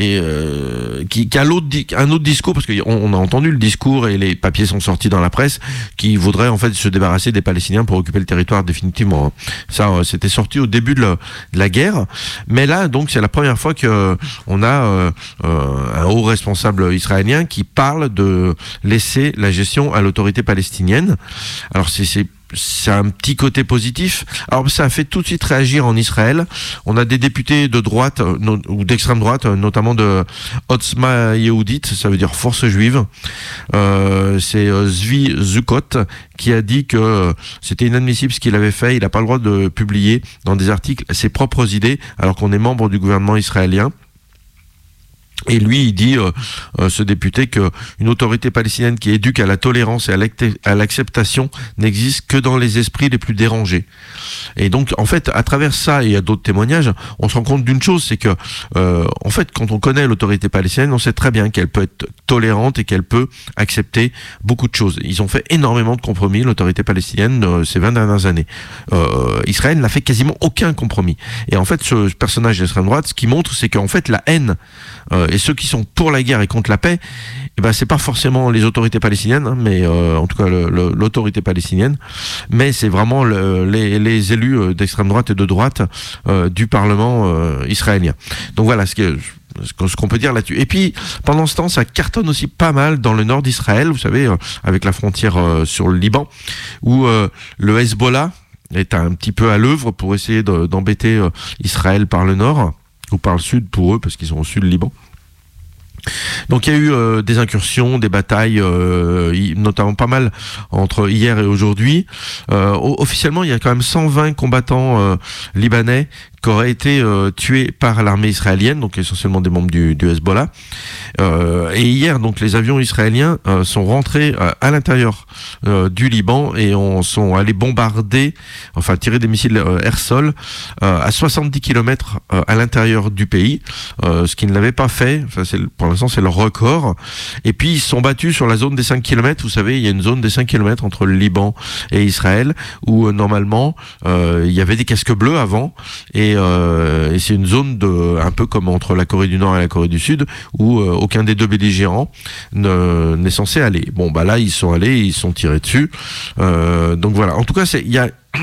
un autre discours, parce qu'on a entendu le discours et les papiers sont sortis dans la presse, qui voudrait en fait se débarrasser des Palestiniens pour occuper le territoire définitivement. Ça, c'était sorti au début de la guerre, mais là, donc, c'est la première fois que on a un haut responsable israélien qui parle de laisser la gestion à l'autorité palestinienne. Alors c'est un petit côté positif. Alors ça a fait tout de suite réagir en Israël. On a des députés de droite ou d'extrême droite, notamment de Otzma Yehudit, ça veut dire force juive. C'est Zvi Zukot qui a dit que c'était inadmissible ce qu'il avait fait. Il n'a pas le droit de publier dans des articles ses propres idées alors qu'on est membre du gouvernement israélien. Et lui, il dit, ce député, qu'une autorité palestinienne qui éduque à la tolérance et à l'acceptation n'existe que dans les esprits les plus dérangés. Et donc, en fait, à travers ça et à d'autres témoignages, on se rend compte d'une chose, c'est que, en fait, quand on connaît l'autorité palestinienne, on sait très bien qu'elle peut être tolérante et qu'elle peut accepter beaucoup de choses. Ils ont fait énormément de compromis, l'autorité palestinienne, ces 20 dernières années. Israël n'a fait quasiment aucun compromis. Et en fait, ce personnage d'extrême droite, ce qu'il montre, c'est qu'en fait, la haine, et ceux qui sont pour la guerre et contre la paix, eh ben c'est pas forcément les autorités palestiniennes, hein, mais en tout cas l'autorité palestinienne, mais c'est vraiment les élus d'extrême droite et de droite du Parlement israélien. Donc voilà ce qu'on peut dire là-dessus. Et puis, pendant ce temps, ça cartonne aussi pas mal dans le nord d'Israël, vous savez, avec la frontière sur le Liban, où le Hezbollah est un petit peu à l'œuvre pour essayer d'embêter Israël par le nord, ou par le sud pour eux, parce qu'ils sont au sud du Liban. Donc il y a eu des incursions, des batailles, notamment pas mal entre hier et aujourd'hui. Officiellement, il y a quand même 120 combattants libanais qui auraient été tués par l'armée israélienne, donc essentiellement des membres du Hezbollah. Et hier, donc, les avions israéliens sont rentrés à l'intérieur du Liban et sont allés bombarder, enfin tirer des missiles air-sol à 70 km à l'intérieur du pays, ce qu'ils ne l'avaient pas fait. Enfin, pour l'instant, c'est leur record. Et puis, ils se sont battus sur la zone des 5 km. Vous savez, il y a une zone des 5 km entre le Liban et Israël où, normalement, il y avait des casques bleus avant. Et c'est une zone un peu comme entre la Corée du Nord et la Corée du Sud où aucun des deux belligérants n'est censé aller. Bon, bah là, ils sont allés, ils sont tirés dessus. Donc voilà. En tout cas, il y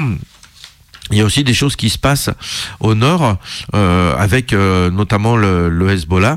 a aussi des choses qui se passent au nord avec notamment le Hezbollah.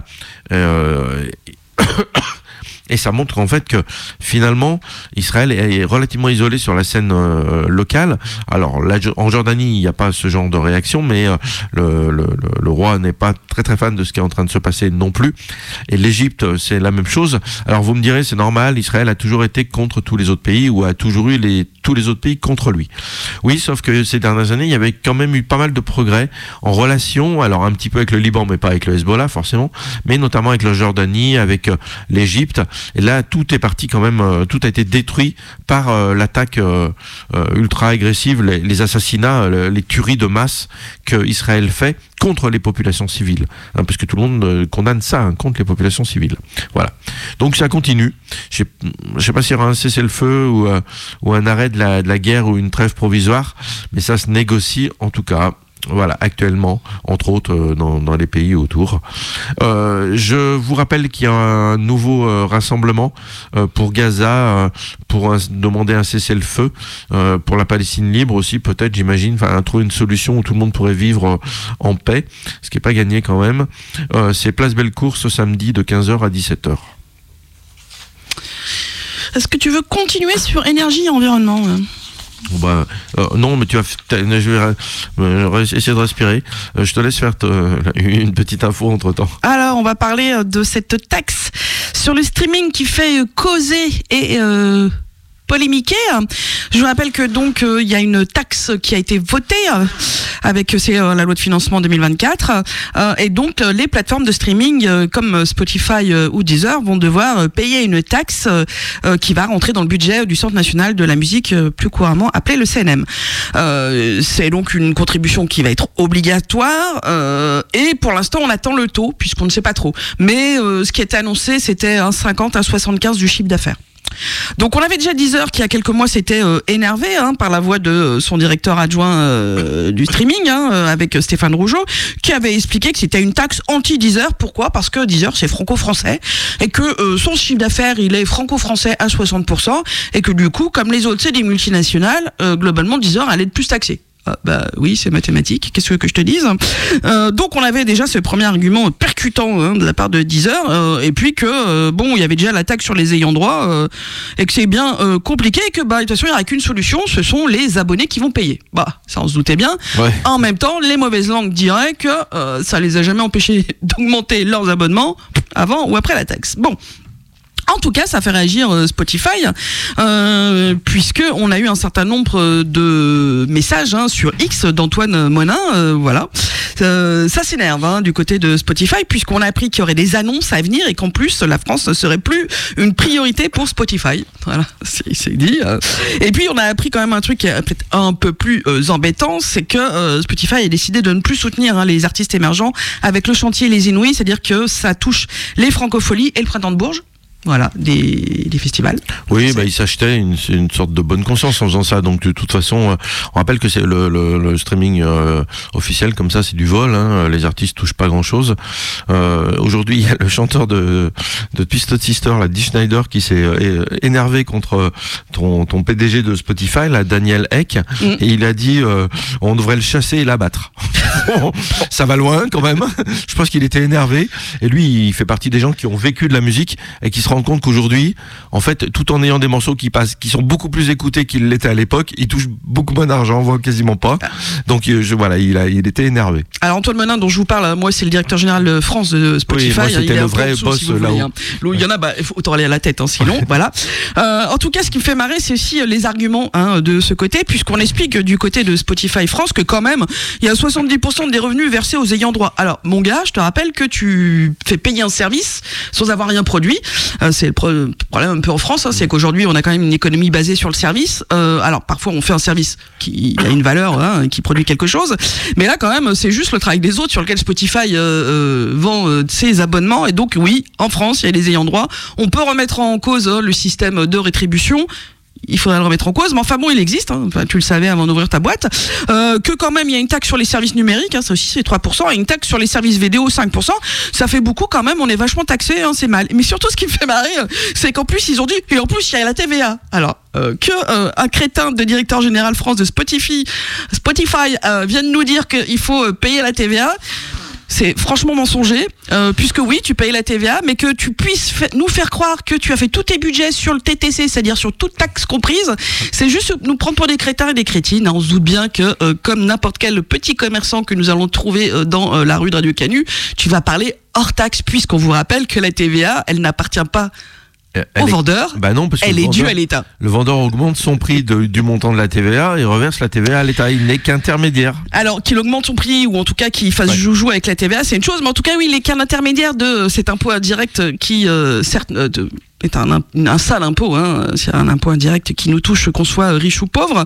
Et ça montre en fait que finalement Israël est relativement isolé sur la scène locale. Alors là, en Jordanie, il n'y a pas ce genre de réaction, mais le roi n'est pas très très fan de ce qui est en train de se passer non plus. Et l'Égypte, c'est la même chose. Alors vous me direz, c'est normal, Israël a toujours été contre tous les autres pays ou a toujours eu tous les autres pays contre lui. Oui, sauf que ces dernières années, il y avait quand même eu pas mal de progrès en relation, alors un petit peu avec le Liban, mais pas avec le Hezbollah forcément, mais notamment avec la Jordanie, avec l'Égypte. Et là, tout est parti quand même, tout a été détruit par l'attaque ultra agressive, les assassinats, les tueries de masse que Israël fait contre les populations civiles, hein, parce que tout le monde condamne ça, hein, contre les populations civiles. Voilà. Donc ça continue. Je sais pas s'il y aura un cessez-le-feu ou un arrêt de la guerre ou une trêve provisoire, mais ça se négocie en tout cas. Voilà, actuellement, entre autres dans les pays autour. Je vous rappelle qu'il y a un nouveau rassemblement pour Gaza, pour demander un cessez-le-feu, pour la Palestine libre aussi, peut-être, j'imagine, trouver une solution où tout le monde pourrait vivre en paix, ce qui n'est pas gagné quand même. C'est Place Bellecour ce samedi de 15h à 17h. Est-ce que tu veux continuer sur énergie et environnement ? Non, mais je vais essayer de respirer. Je te laisse faire une petite info entre temps. Alors, on va parler de cette taxe sur le streaming qui fait causer et polémiquer. Je vous rappelle que donc il y a une taxe qui a été votée avec la loi de financement 2024 et donc les plateformes de streaming comme Spotify ou Deezer vont devoir payer une taxe qui va rentrer dans le budget du Centre national de la musique, plus couramment appelé le CNM. C'est donc une contribution qui va être obligatoire et pour l'instant on attend le taux puisqu'on ne sait pas trop. Mais ce qui était annoncé c'était 50 à 75 du chiffre d'affaires. Donc on avait déjà Deezer qui il y a quelques mois s'était énervé par la voix de son directeur adjoint du streaming avec Stéphane Rougeau qui avait expliqué que c'était une taxe anti-Deezer. Pourquoi ? Parce que Deezer c'est franco-français et que son chiffre d'affaires il est franco-français à 60% et que du coup comme les autres c'est des multinationales, globalement Deezer allait être plus taxé. Oui, c'est mathématique, qu'est-ce que je te dise. Donc on avait déjà ce premier argument percutant de la part de Deezer et puis que il y avait déjà la taxe sur les ayants droit et que c'est bien compliqué et que de toute façon il n'y aura qu'une solution, ce sont les abonnés qui vont payer. Ça on se doutait bien. Ouais. En même temps, les mauvaises langues diraient que ça les a jamais empêchés d'augmenter leurs abonnements avant ou après la taxe. Bon. En tout cas, ça fait réagir Spotify, puisque on a eu un certain nombre de messages sur X d'Antoine Monin, voilà. Ça s'énerve du côté de Spotify, puisqu'on a appris qu'il y aurait des annonces à venir et qu'en plus la France ne serait plus une priorité pour Spotify. Voilà, c'est dit. Et puis on a appris quand même un truc qui est peut-être un peu plus embêtant, c'est que Spotify a décidé de ne plus soutenir les artistes émergents avec le chantier Les Inouïs, c'est-à-dire que ça touche les Francopholies et le Printemps de Bourges. Voilà, des festivals. Oui, ils s'achetaient une sorte de bonne conscience en faisant ça. Donc de toute façon, on rappelle que c'est le streaming officiel comme ça, c'est du vol. Les artistes touchent pas grand-chose. Aujourd'hui, il y a le chanteur de Twisted Sister, Dee Schneider, qui s'est énervé contre ton PDG de Spotify, Daniel Ek, et il a dit on devrait le chasser et l'abattre. Ça va loin quand même. Je pense qu'il était énervé. Et lui, il fait partie des gens qui ont vécu de la musique et qui se rendent compte qu'aujourd'hui, en fait, tout en ayant des morceaux qui passent, qui sont beaucoup plus écoutés qu'ils l'étaient à l'époque, ils touchent beaucoup moins d'argent, voire quasiment pas. Donc il était énervé. Alors Antoine Monin, dont je vous parle, moi c'est le directeur général de France de Spotify. Oui, moi, c'était le vrai boss si là-haut. Il y en a, il faut autant aller à la tête, sinon, voilà. En tout cas, ce qui me fait marrer, c'est aussi les arguments de ce côté, puisqu'on explique du côté de Spotify France que quand même, il y a 70% des revenus versés aux ayants droit. Alors, mon gars, je te rappelle que tu fais payer un service sans avoir rien produit. C'est le problème un peu en France, c'est qu'aujourd'hui on a quand même une économie basée sur le service. Alors parfois on fait un service qui a une valeur, qui produit quelque chose, mais là quand même c'est juste le travail des autres sur lequel Spotify vend ses abonnements. Et donc oui, en France il y a les ayants droit. On peut remettre en cause le système de rétribution. Il faudrait le remettre en cause, mais enfin bon, il existe, tu le savais avant d'ouvrir ta boîte, que quand même il y a une taxe sur les services numériques, ça aussi c'est 3%, et une taxe sur les services vidéo 5%, ça fait beaucoup quand même, on est vachement taxé, c'est mal. Mais surtout ce qui me fait marrer, c'est qu'en plus ils ont dit, et en plus il y a la TVA. Alors, un crétin de directeur général France de Spotify vient de nous dire qu'il faut payer la TVA. C'est franchement mensonger, puisque oui, tu payes la TVA, mais que tu puisses nous faire croire que tu as fait tous tes budgets sur le TTC, c'est-à-dire sur toute taxe comprise, c'est juste nous prendre pour des crétins et des crétines. On se doute bien que, comme n'importe quel petit commerçant que nous allons trouver dans la rue de Radio Canu, tu vas parler hors taxe, puisqu'on vous rappelle que la TVA, elle n'appartient pas au vendeur, non, parce que elle est due à l'État. Le vendeur augmente son prix du montant de la TVA et reverse la TVA à l'État. Il n'est qu'intermédiaire. Alors qu'il augmente son prix ou en tout cas qu'il fasse joujou avec la TVA, c'est une chose, mais en tout cas oui, il est qu'un intermédiaire de cet impôt indirect qui certes est un sale impôt, c'est un impôt indirect qui nous touche qu'on soit riche ou pauvre.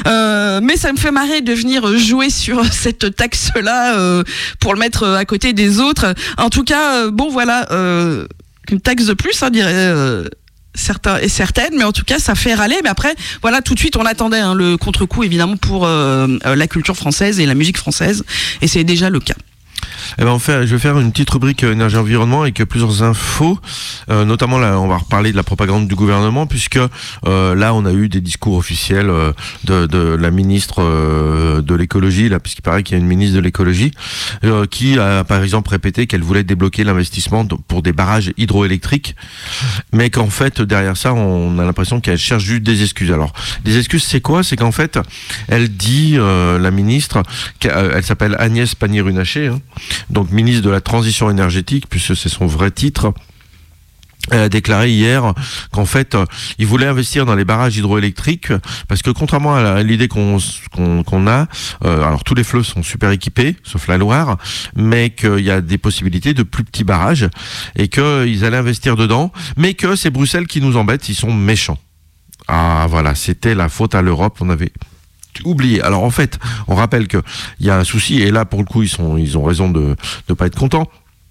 Mais ça me fait marrer de venir jouer sur cette taxe-là pour le mettre à côté des autres. En tout cas, bon voilà. Une taxe de plus, dirait certains et certaines, mais en tout cas ça fait râler. Mais après, voilà, tout de suite on attendait le contre-coup évidemment pour la culture française et la musique française, et c'est déjà le cas. Eh ben je vais faire une petite rubrique énergie-environnement avec plusieurs infos, notamment là on va reparler de la propagande du gouvernement, puisque là on a eu des discours officiels de la ministre de l'écologie, là, puisqu'il paraît qu'il y a une ministre de l'écologie qui a par exemple répété qu'elle voulait débloquer l'investissement pour des barrages hydroélectriques, mais qu'en fait derrière ça on a l'impression qu'elle cherche juste des excuses. Alors des excuses c'est quoi? C'est qu'en fait elle dit, la ministre, elle s'appelle Agnès Pannier-Runacher, donc ministre de la Transition énergétique, puisque c'est son vrai titre. Elle a déclaré hier qu'en fait, il voulait investir dans les barrages hydroélectriques parce que contrairement à l'idée qu'on a, alors tous les fleuves sont super équipés, sauf la Loire, mais qu'il y a des possibilités de plus petits barrages et qu'ils allaient investir dedans, mais que c'est Bruxelles qui nous embête, ils sont méchants. Ah voilà, c'était la faute à l'Europe, on avait oublié. Alors en fait, on rappelle que il y a un souci, et là pour le coup ils ont raison de pas être contents.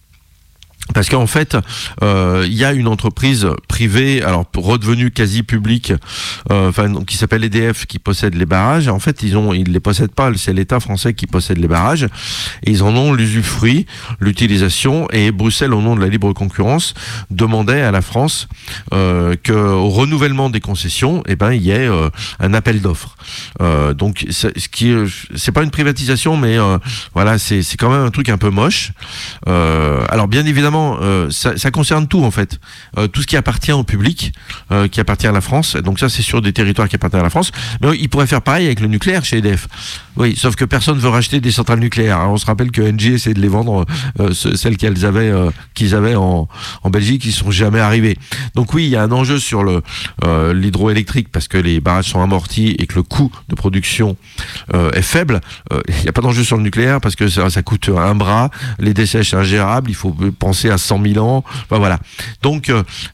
Parce qu'en fait, il y a une entreprise privée, alors redevenue quasi publique, qui s'appelle EDF, qui possède les barrages. En fait, ils les possèdent pas, c'est l'État français qui possède les barrages. Et ils en ont l'usufruit, l'utilisation. Et Bruxelles, au nom de la libre concurrence, demandait à la France qu'au renouvellement des concessions, il y ait un appel d'offres. Donc, c'est pas une privatisation, mais voilà, c'est quand même un truc un peu moche. Alors, bien évidemment, ça concerne tout en fait, tout ce qui appartient au public, qui appartient à la France. Donc ça c'est sur des territoires qui appartiennent à la France, mais ils pourraient faire pareil avec le nucléaire chez EDF. Oui, sauf que personne veut racheter des centrales nucléaires. Alors, on se rappelle que Engie essaie de les vendre, celles qu'ils avaient en Belgique, ils sont jamais arrivés. Donc oui, il y a un enjeu sur l'hydroélectrique parce que les barrages sont amortis et que le coût de production est faible. Il n'y a pas d'enjeu sur le nucléaire parce que ça coûte un bras, les déchets c'est ingérable, il faut penser à 100 000 ans. Enfin, voilà. Donc,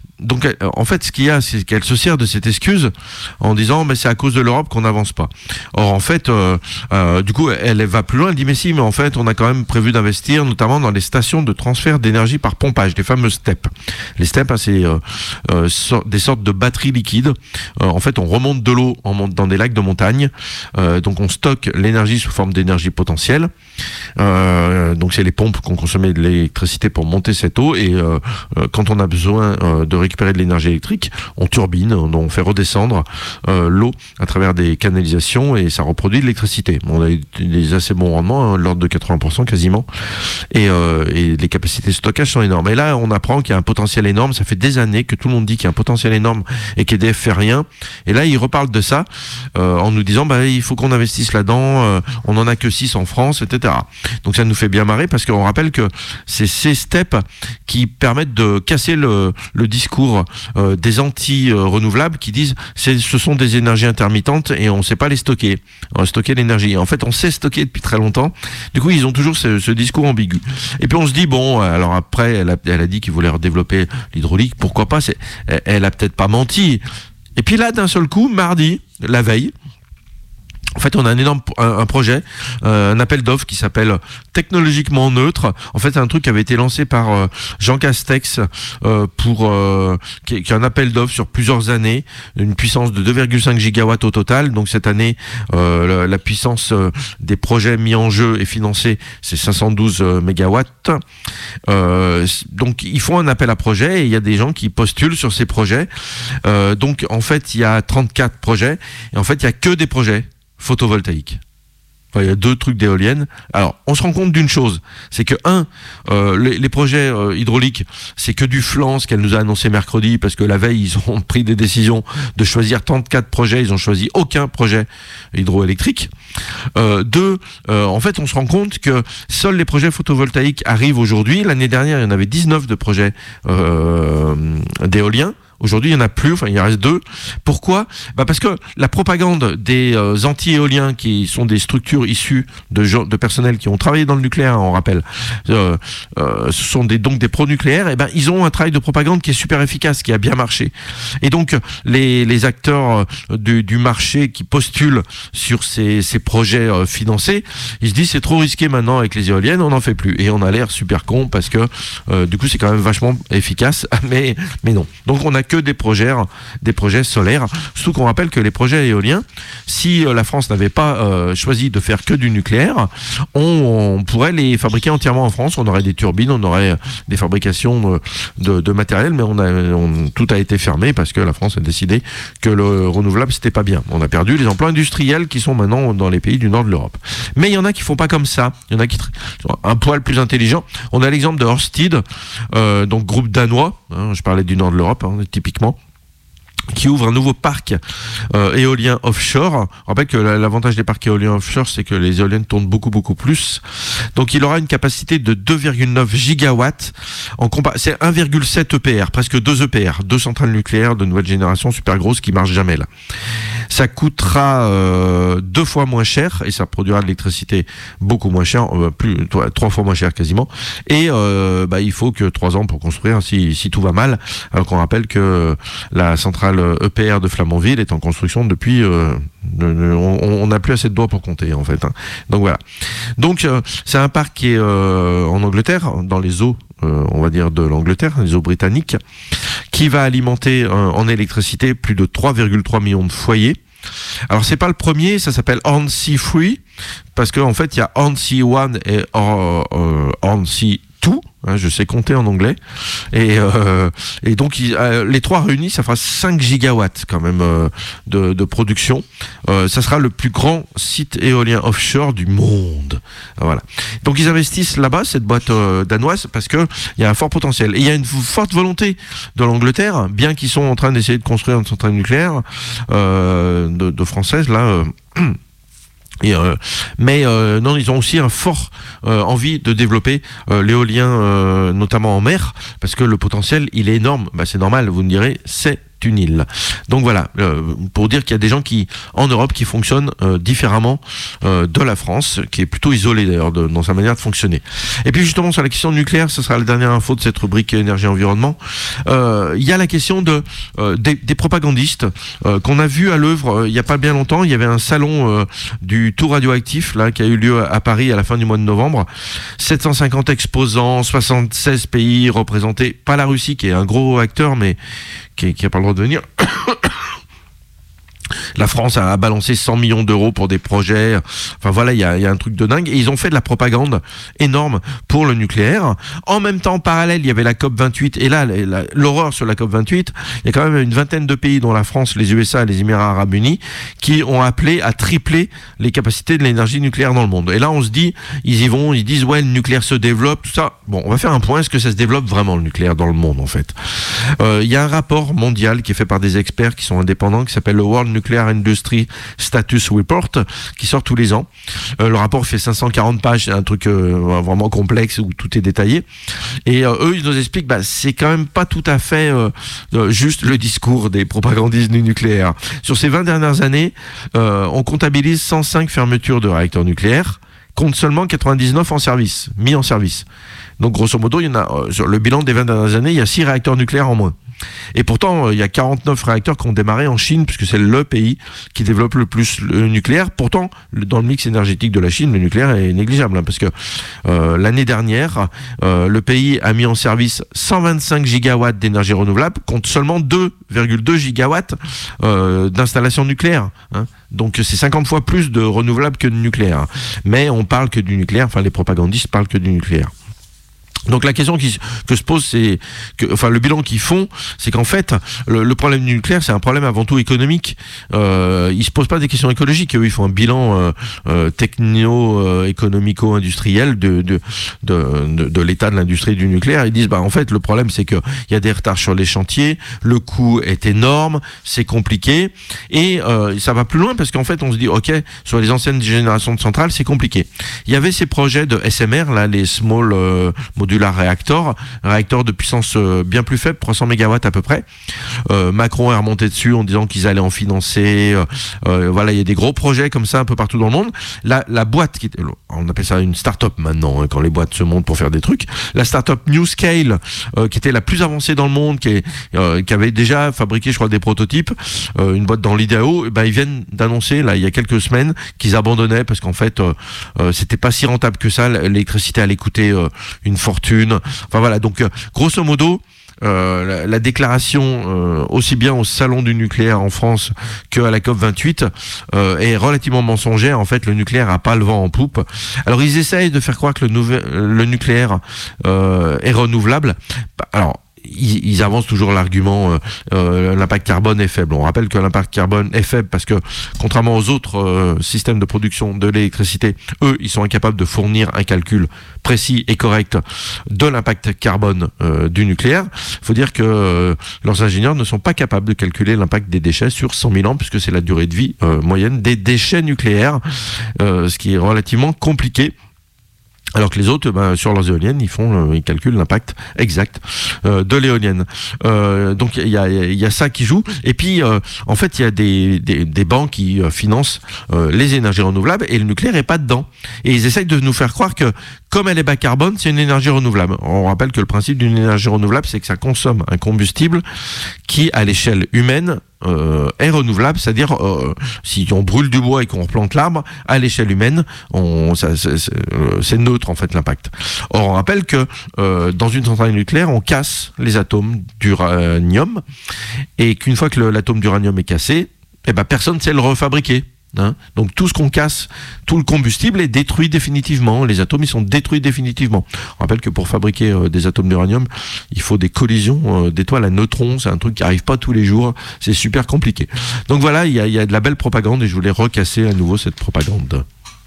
en fait, ce qu'il y a, c'est qu'elle se sert de cette excuse en disant, mais c'est à cause de l'Europe qu'on n'avance pas. Or, en fait, du coup, elle va plus loin. Elle dit, mais si, mais en fait, on a quand même prévu d'investir, notamment dans les stations de transfert d'énergie par pompage, les fameuses STEP. Les STEP, c'est des sortes de batteries liquides. En fait, on remonte de l'eau dans des lacs de montagne. Donc, on stocke l'énergie sous forme d'énergie potentielle. Donc, c'est les pompes qui ont consommé de l'électricité pour monter cette eau. Et quand on a besoin de récupérer de l'énergie électrique, on turbine, on fait redescendre l'eau à travers des canalisations et ça reproduit de l'électricité. On a des assez bons rendements, l'ordre de 80% quasiment, et les capacités de stockage sont énormes. Et là, on apprend qu'il y a un potentiel énorme. Ça fait des années que tout le monde dit qu'il y a un potentiel énorme et qu'EDF fait rien. Et là, ils reparlent de ça en nous disant il faut qu'on investisse là-dedans, on en a que 6 en France, etc. Donc ça nous fait bien marrer parce qu'on rappelle que c'est ces steps qui permettent de casser le discours des anti-renouvelables qui disent ce sont des énergies intermittentes et on ne sait pas les stocker. On va stocker l'énergie. En fait, on sait stocker depuis très longtemps. Du coup, ils ont toujours ce discours ambigu. Et puis on se dit, bon, alors après, elle a dit qu'il voulait redévelopper l'hydraulique. Pourquoi pas? Elle a peut-être pas menti. Et puis là, d'un seul coup, mardi, la veille, en fait, on a un projet, un appel d'offres qui s'appelle Technologiquement Neutre. En fait, c'est un truc qui avait été lancé par Jean Castex qui est un appel d'offres sur plusieurs années, une puissance de 2,5 gigawatts au total. Donc cette année, la puissance des projets mis en jeu et financés, c'est 512 mégawatts. Donc ils font un appel à projet et il y a des gens qui postulent sur ces projets. Donc en fait, il y a 34 projets et en fait, il y a que des projets photovoltaïque. Enfin, il y a 2 trucs d'éoliennes. Alors, on se rend compte d'une chose, c'est que les projets hydrauliques, c'est que du flan, ce qu'elle nous a annoncé mercredi, parce que la veille, ils ont pris des décisions de choisir 34 projets, ils ont choisi aucun projet hydroélectrique. 2, en fait, on se rend compte que seuls les projets photovoltaïques arrivent aujourd'hui. L'année dernière, il y en avait 19 de projets d'éoliens. Aujourd'hui, il n'y en a plus, il en reste 2. Pourquoi ? Parce que la propagande des anti-éoliens, qui sont des structures issues de personnels qui ont travaillé dans le nucléaire, on rappelle, ce sont donc des pro-nucléaires, ils ont un travail de propagande qui est super efficace, qui a bien marché. Et donc, les acteurs du marché qui postulent sur ces projets financés, ils se disent c'est trop risqué maintenant avec les éoliennes, on n'en fait plus. Et on a l'air super con parce que du coup, c'est quand même vachement efficace, mais non. Donc, on a que des projets solaires. Surtout qu'on rappelle que les projets éoliens, si la France n'avait pas choisi de faire que du nucléaire, on pourrait les fabriquer entièrement en France. On aurait des turbines, on aurait des fabrications de matériel, mais tout a été fermé parce que la France a décidé que le renouvelable c'était pas bien. On a perdu les emplois industriels qui sont maintenant dans les pays du nord de l'Europe. Mais il y en a qui font pas comme ça. Il y en a qui sont un poil plus intelligents. On a l'exemple de Ørsted, donc groupe danois. Je parlais du nord de l'Europe, typiquement, qui ouvre un nouveau parc éolien offshore. On rappelle que l'avantage des parcs éoliens offshore, c'est que les éoliennes tournent beaucoup plus. Donc il aura une capacité de 2,9 gigawatts. C'est 1,7 EPR, presque 2 EPR, 2 centrales nucléaires de nouvelle génération super grosses qui marchent jamais là. Ça coûtera 2 fois moins cher et ça produira de l'électricité beaucoup moins cher, 3 fois moins cher quasiment. Et il faut que 3 ans pour construire si tout va mal. Alors qu'on rappelle que la centrale EPR de Flamanville est en construction depuis on n'a plus assez de doigts pour compter en fait. Donc voilà. Donc c'est un parc qui est en Angleterre, dans les eaux on va dire de l'Angleterre, les eaux britanniques, qui va alimenter en électricité plus de 3,3 millions de foyers. Alors c'est pas le premier, ça s'appelle Hornsea 3 parce qu'en fait il y a Hornsea 1 et Hornsea 2, je sais compter en anglais, et donc les trois réunis ça fera 5 gigawatts quand même de production. Ça sera le plus grand site éolien offshore du monde. Voilà. Donc ils investissent là-bas, cette boîte danoise, parce que il y a un fort potentiel. Et il y a une forte volonté de l'Angleterre, bien qu'ils sont en train d'essayer de construire une centrale nucléaire de française là. Non, ils ont aussi un fort envie de développer l'éolien, notamment en mer, parce que le potentiel il est énorme. C'est normal, vous me direz, c'est une île. Donc voilà, pour dire qu'il y a des gens en Europe qui fonctionnent différemment de la France, qui est plutôt isolée d'ailleurs dans sa manière de fonctionner. Et puis justement sur la question nucléaire, ce sera la dernière info de cette rubrique énergie-environnement. Il y a la question des propagandistes qu'on a vu à l'œuvre il n'y a pas bien longtemps. Il y avait un salon du tout radioactif là qui a eu lieu à Paris à la fin du mois de novembre. 750 exposants, 76 pays représentés, pas la Russie qui est un gros acteur mais qui n'a pas le droit de venir. La France a balancé 100 millions d'euros pour des projets. Enfin voilà, il y a un truc de dingue. Et ils ont fait de la propagande énorme pour le nucléaire. En même temps, parallèle, il y avait la COP28. Et là, l'horreur sur la COP28, il y a quand même une vingtaine de pays, dont la France, les USA et les Émirats Arabes Unis, qui ont appelé à tripler les capacités de l'énergie nucléaire dans le monde. Et là, on se dit, ils y vont, ils disent, ouais, le nucléaire se développe, tout ça. Bon, on va faire un point. Est-ce que ça se développe vraiment, le nucléaire, dans le monde, en fait? Il y a un rapport mondial qui est fait par des experts qui sont indépendants, qui s'appelle le World Nuclear Industry Status Report, qui sort tous les ans. Le rapport fait 540 pages, c'est un truc vraiment complexe où tout est détaillé. Et eux, ils nous expliquent, c'est quand même pas tout à fait juste le discours des propagandistes du nucléaire. Sur ces 20 dernières années, on comptabilise 105 fermetures de réacteurs nucléaires, compte seulement 99 mis en service. Donc grosso modo, il y en a sur le bilan des 20 dernières années, il y a 6 réacteurs nucléaires en moins. Et pourtant, il y a 49 réacteurs qui ont démarré en Chine, puisque c'est le pays qui développe le plus le nucléaire. Pourtant, dans le mix énergétique de la Chine, le nucléaire est négligeable, parce que l'année dernière, le pays a mis en service 125 gigawatts d'énergie renouvelable, contre seulement 2,2 gigawatts d'installations nucléaires. Donc c'est 50 fois plus de renouvelables que de nucléaire. Mais on parle que du nucléaire, enfin les propagandistes parlent que du nucléaire. Donc la question que se pose, c'est que, le bilan qu'ils font, c'est qu'en fait, le problème du nucléaire, c'est un problème avant tout économique. Ils se posent pas des questions écologiques. Eux, ils font un bilan techno-économico-industriel de l'état de l'industrie du nucléaire. Ils disent, en fait, le problème, c'est que il y a des retards sur les chantiers, le coût est énorme, c'est compliqué, et ça va plus loin parce qu'en fait, on se dit, ok, sur les anciennes générations de centrales, c'est compliqué. Il y avait ces projets de SMR, là, les Small Modular Reactor de puissance bien plus faible, 300 MW à peu près. Macron est remonté dessus en disant qu'ils allaient en financer. Voilà, il y a des gros projets comme ça un peu partout dans le monde. La boîte, on appelle ça une start-up maintenant, quand les boîtes se montent pour faire des trucs. La start-up NewScale, qui était la plus avancée dans le monde, qui avait déjà fabriqué, je crois, des prototypes, une boîte dans l'IDAO, ils viennent d'annoncer, là, il y a quelques semaines, qu'ils abandonnaient parce qu'en fait, c'était pas si rentable que ça. L'électricité allait coûter une fortune. Enfin voilà, donc grosso modo, la déclaration aussi bien au salon du nucléaire en France qu'à la COP28 est relativement mensongère. En fait, le nucléaire a pas le vent en poupe. Alors ils essayent de faire croire que le nucléaire est renouvelable. Alors ils avancent toujours l'argument l'impact carbone est faible. On rappelle que l'impact carbone est faible parce que contrairement aux autres systèmes de production de l'électricité, eux, ils sont incapables de fournir un calcul précis et correct de l'impact carbone du nucléaire. Il faut dire que leurs ingénieurs ne sont pas capables de calculer l'impact des déchets sur 100 000 ans puisque c'est la durée de vie moyenne des déchets nucléaires, ce qui est relativement compliqué. Alors que les autres, sur leurs éoliennes, ils calculent l'impact exact de l'éolienne. Donc il y a ça qui joue. Et puis en fait il y a des banques qui financent les énergies renouvelables et le nucléaire est pas dedans. Et ils essayent de nous faire croire que comme elle est bas carbone, c'est une énergie renouvelable. On rappelle que le principe d'une énergie renouvelable, c'est que ça consomme un combustible qui, à l'échelle humaine, est renouvelable, c'est-à-dire si on brûle du bois et qu'on replante l'arbre, à l'échelle humaine, c'est neutre en fait l'impact. Or on rappelle que dans une centrale nucléaire, on casse les atomes d'uranium et qu'une fois que l'atome d'uranium est cassé, personne ne sait le refabriquer. Donc tout ce qu'on casse, tout le combustible est détruit définitivement. Les atomes ils sont détruits définitivement. On rappelle que pour fabriquer des atomes d'uranium, il faut des collisions d'étoiles à neutrons. C'est un truc qui arrive pas tous les jours. C'est super compliqué. Donc voilà, il y a de la belle propagande et je voulais recasser à nouveau cette propagande.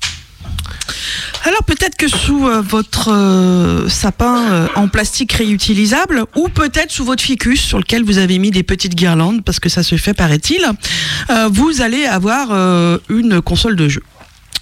Alors peut-être que sous votre sapin en plastique réutilisable ou peut-être sous votre ficus sur lequel vous avez mis des petites guirlandes parce que ça se fait paraît-il, vous allez avoir une console de jeu.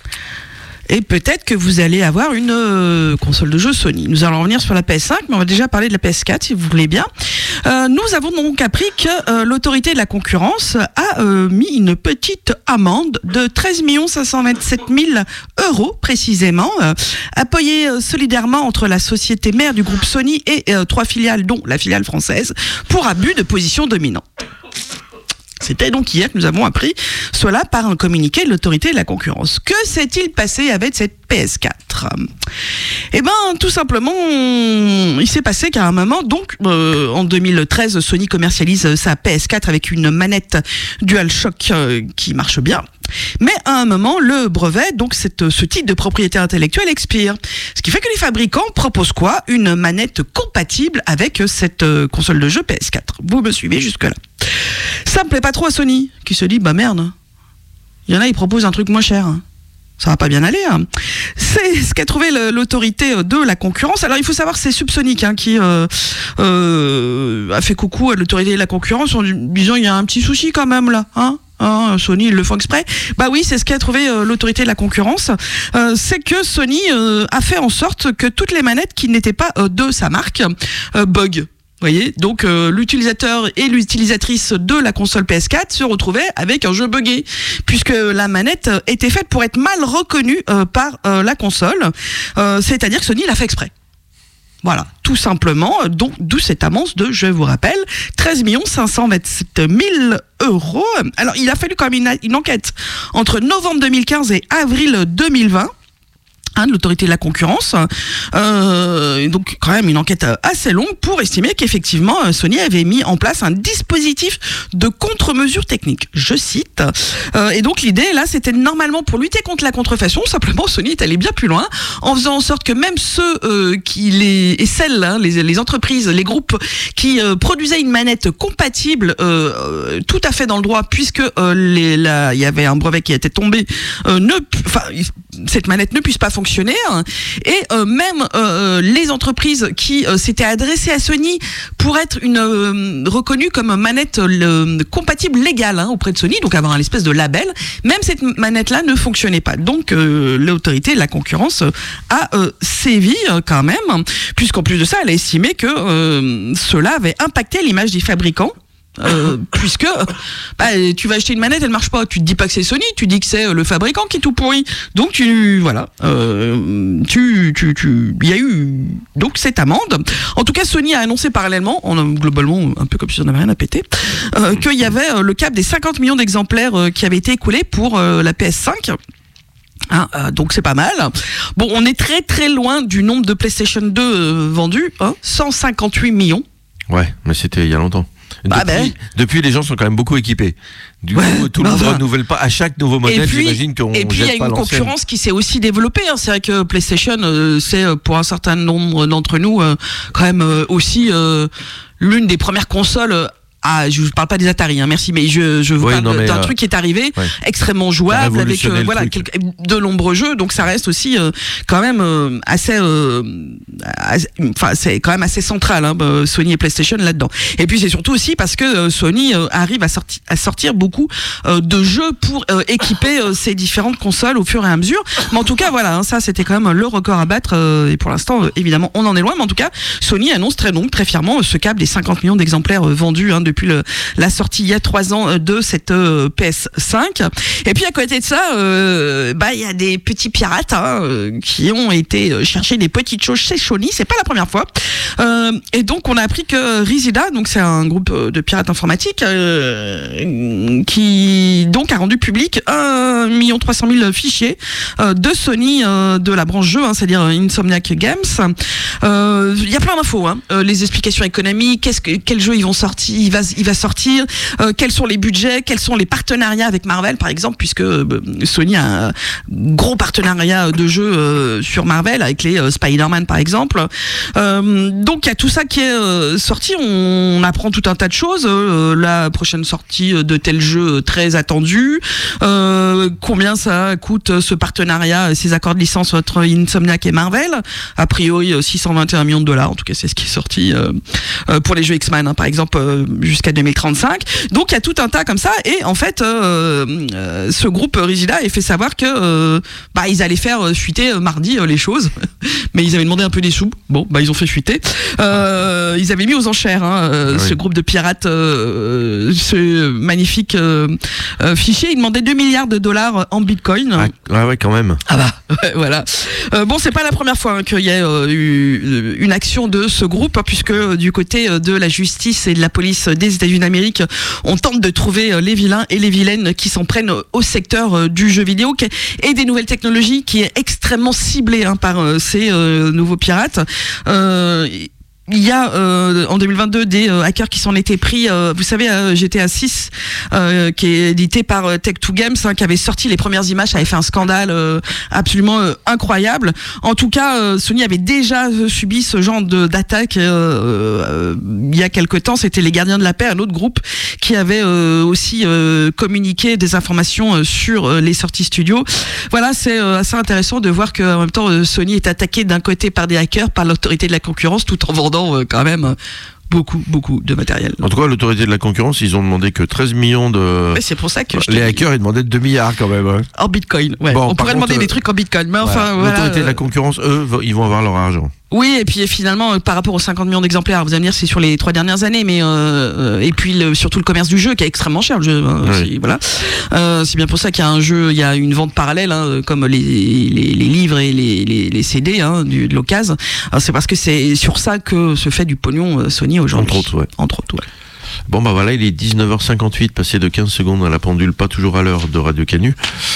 Et peut-être que vous allez avoir une console de jeu Sony. Nous allons revenir sur la PS5, mais on va déjà parler de la PS4 si vous voulez bien. Nous avons donc appris que l'autorité de la concurrence a mis une petite amende de 13 527 000 € précisément, appuyée solidairement entre la société mère du groupe Sony et 3 filiales, dont la filiale française, pour abus de position dominante. C'était donc hier que nous avons appris cela par un communiqué de l'autorité de la concurrence. Que s'est-il passé avec cette PS4 ? Tout simplement, il s'est passé qu'à un moment, donc en 2013, Sony commercialise sa PS4 avec une manette DualShock qui marche bien. Mais à un moment, le brevet, donc ce titre de propriété intellectuelle expire. Ce qui fait que les fabricants proposent quoi ? Une manette compatible avec cette console de jeu PS4. Vous me suivez jusque-là ? Ça me plaît pas trop à Sony, qui se dit, merde, il y en a, ils proposent un truc moins cher. Ça va pas bien aller. C'est ce qu'a trouvé l'autorité de la concurrence. Alors il faut savoir que c'est Subsonic qui a fait coucou à l'autorité de la concurrence en disant il y a un petit souci quand même là. Sony, ils le font exprès. Oui, c'est ce qu'a trouvé l'autorité de la concurrence. C'est que Sony a fait en sorte que toutes les manettes qui n'étaient pas de sa marque bug. Vous voyez, donc l'utilisateur et l'utilisatrice de la console PS4 se retrouvaient avec un jeu buggé, puisque la manette était faite pour être mal reconnue par la console, c'est-à-dire que Sony l'a fait exprès. Voilà, tout simplement, donc d'où cette amende de, je vous rappelle, 13 527 000 €. Alors il a fallu quand même une enquête entre novembre 2015 et avril 2020. De l'autorité de la concurrence, donc quand même une enquête assez longue pour estimer qu'effectivement Sony avait mis en place un dispositif de contre-mesure technique, je cite, et donc l'idée là c'était normalement pour lutter contre la contrefaçon, simplement Sony est allé bien plus loin en faisant en sorte que même ceux les entreprises, les groupes qui produisaient une manette compatible tout à fait dans le droit puisque il y avait un brevet qui était tombé, cette manette ne puisse pas fonctionner. Et même les entreprises qui s'étaient adressées à Sony pour être reconnue comme manette compatible légale auprès de Sony, donc avoir un espèce de label, même cette manette-là ne fonctionnait pas. Donc l'autorité de la concurrence a sévi quand même, puisqu'en plus de ça, elle a estimé que cela avait impacté l'image des fabricants. Puisque tu vas acheter une manette, elle marche pas, tu te dis pas que c'est Sony, tu dis que c'est le fabricant qui est tout pourri, donc il y a eu donc cette amende. En tout cas Sony a annoncé parallèlement, globalement un peu comme si on n'avait rien à péter, qu'il y avait le cap des 50 millions d'exemplaires qui avaient été écoulés pour la PS5. Donc c'est pas mal. Bon, on est très très loin du nombre de PlayStation 2 vendus, 158 millions. Ouais, mais c'était il y a longtemps. Depuis, les gens sont quand même beaucoup équipés. Du coup, tout le monde ne renouvelle pas. À chaque nouveau modèle, j'imagine qu'on jette pas l'ancienne. Et puis, il y a une concurrence qui s'est aussi développée. Hein. C'est vrai que PlayStation, c'est pour un certain nombre d'entre nous, quand même aussi l'une des premières consoles. Je parle pas des Atari, hein, merci, mais je vous parle d'un truc qui est arrivé extrêmement jouable avec de nombreux jeux, donc ça reste aussi quand même assez, c'est quand même assez central, hein, Sony et PlayStation là-dedans. Et puis c'est surtout aussi parce que Sony arrive à sortir beaucoup de jeux pour équiper ces différentes consoles au fur et à mesure. Mais en tout cas, voilà, hein, ça c'était quand même le record à battre. Et pour l'instant, évidemment, on en est loin. Mais en tout cas, Sony annonce très fièrement ce cap des 50 millions d'exemplaires vendus. Hein, depuis la sortie il y a 3 ans de cette PS5. Et puis à côté de ça, il y a des petits pirates qui ont été chercher des petites choses chez Sony. C'est pas la première fois. Et donc on a appris que Risida, donc c'est un groupe de pirates informatiques, qui donc a rendu public 1 300 000 fichiers de Sony, de la branche jeu, hein, c'est-à-dire Insomniac Games. Il y a plein d'infos, hein. Les explications économiques, quel jeu ils vont sortir, il va sortir, quels sont les budgets, quels sont les partenariats avec Marvel par exemple, puisque Sony a un gros partenariat de jeux sur Marvel avec les Spider-Man par exemple. Donc il y a tout ça qui est sorti, on apprend tout un tas de choses, la prochaine sortie de tel jeu très attendu, combien ça coûte ce partenariat, ces accords de licence entre Insomniac et Marvel, a priori 621 millions de dollars, en tout cas c'est ce qui est sorti pour les jeux X-Men, hein, par exemple, jusqu'à 2035. Donc il y a tout un tas comme ça, et en fait ce groupe Risida a fait savoir que ils allaient faire fuiter mardi les choses, mais ils avaient demandé un peu des sous. Bon, ils ont fait fuiter. Ils avaient mis aux enchères ce groupe de pirates, ce magnifique fichier. Ils demandaient 2 milliards de dollars en bitcoin. Ah ouais, quand même. Ah bah, voilà. Bon, c'est pas la première fois qu'il y a eu une action de ce groupe, hein, puisque du côté de la justice et de la police des États-Unis d'Amérique, on tente de trouver les vilains et les vilaines qui s'en prennent au secteur du jeu vidéo et des nouvelles technologies, qui est extrêmement ciblé, hein, par ces nouveaux pirates. Il y a en 2022 des hackers qui s'en étaient pris, vous savez, GTA 6 qui est édité par Tech2 Games, hein, qui avait sorti les premières images, avait fait un scandale absolument incroyable. En tout cas, Sony avait déjà subi ce genre d'attaque il y a quelque temps. C'était les Gardiens de la Paix, un autre groupe qui avait aussi communiqué des informations sur les sorties studio. Voilà, c'est assez intéressant de voir qu'en même temps Sony est attaqué d'un côté par des hackers, par l'autorité de la concurrence, tout en vendant quand même beaucoup de matériel. En tout cas, l'autorité de la concurrence, ils ont demandé que 13 millions de... Mais c'est pour ça que les hackers, ils demandaient 2 milliards quand même. Hein. En bitcoin, ouais. Bon, on pourrait demander des trucs en bitcoin, mais enfin... L'autorité de la concurrence, eux, ils vont avoir leur argent. Oui, et puis finalement, par rapport aux 50 millions d'exemplaires, vous allez me dire, c'est sur les 3 dernières années, mais et puis surtout le commerce du jeu qui est extrêmement cher, le jeu. Voilà. C'est bien pour ça qu'il y a un jeu, il y a une vente parallèle, hein, comme les livres et les CD, hein, de l'occasion. C'est parce que c'est sur ça que se fait du pognon Sony aujourd'hui. Entre autres, ouais. Bon voilà, il est 19h58, passé de 15 secondes à la pendule, pas toujours à l'heure de Radio Canu.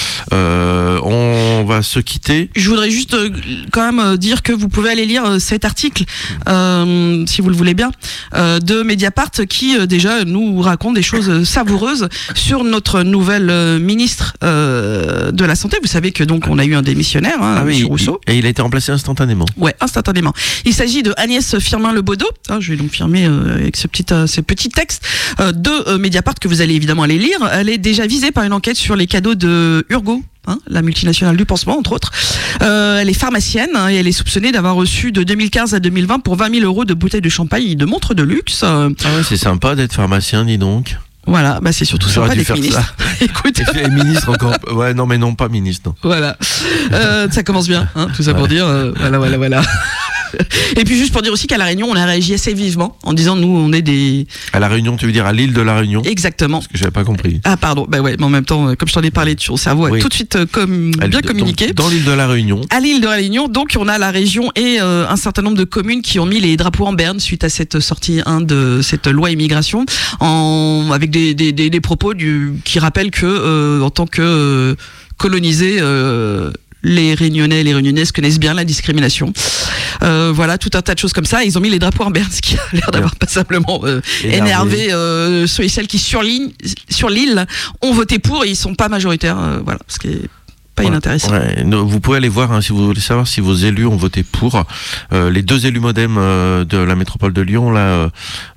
On va se quitter. Je voudrais juste quand même dire que vous pouvez aller lire cet article, si vous le voulez bien, de Mediapart, qui déjà nous raconte des choses savoureuses sur notre nouvelle ministre de la Santé. Vous savez que donc on a eu un démissionnaire, hein, M. Rousseau. Et il a été remplacé instantanément. Ouais, instantanément. Il s'agit de Agnès Firmin-Lebaudot. Je vais donc firmer avec ce petit texte de Mediapart que vous allez évidemment aller lire. Elle est déjà visée par une enquête sur les cadeaux de Urgo, hein, la multinationale du pansement, entre autres. Elle est pharmacienne, hein, et elle est soupçonnée d'avoir reçu de 2015 à 2020 pour 20 000 € de bouteilles de champagne et de montres de luxe. Ah ouais, c'est sympa d'être pharmacien, dis donc. Voilà, c'est surtout sympa d'être ministre. Écoute, ministre encore. Ouais, non, mais non, pas ministre. Non. Voilà, ça commence bien, hein, tout ça pour dire. Voilà. Et puis juste pour dire aussi qu'à La Réunion, on a réagi assez vivement en disant, nous, on est des... À La Réunion, tu veux dire à l'île de La Réunion? Exactement. Parce que j'avais pas compris. Ah pardon, ouais, mais en même temps, comme je t'en ai parlé, ton cerveau a tout de suite bien communiqué. Dans l'île de La Réunion. À l'île de La Réunion, donc on a la région et un certain nombre de communes qui ont mis les drapeaux en berne suite à cette sortie de cette loi immigration, avec des propos qui rappellent que en tant que colonisé, les Réunionnais et les Réunionnaises connaissent bien la discrimination. Voilà, tout un tas de choses comme ça. Ils ont mis les drapeaux en berne, ce qui a l'air d'avoir passablement énervé ceux et celles qui sur l'île ont voté pour et ils sont pas majoritaires. Voilà, ce qui est pas inintéressant. Ouais. Vous pouvez aller voir si vous voulez savoir si vos élus ont voté pour. Les 2 élus MoDem de la métropole de Lyon, là,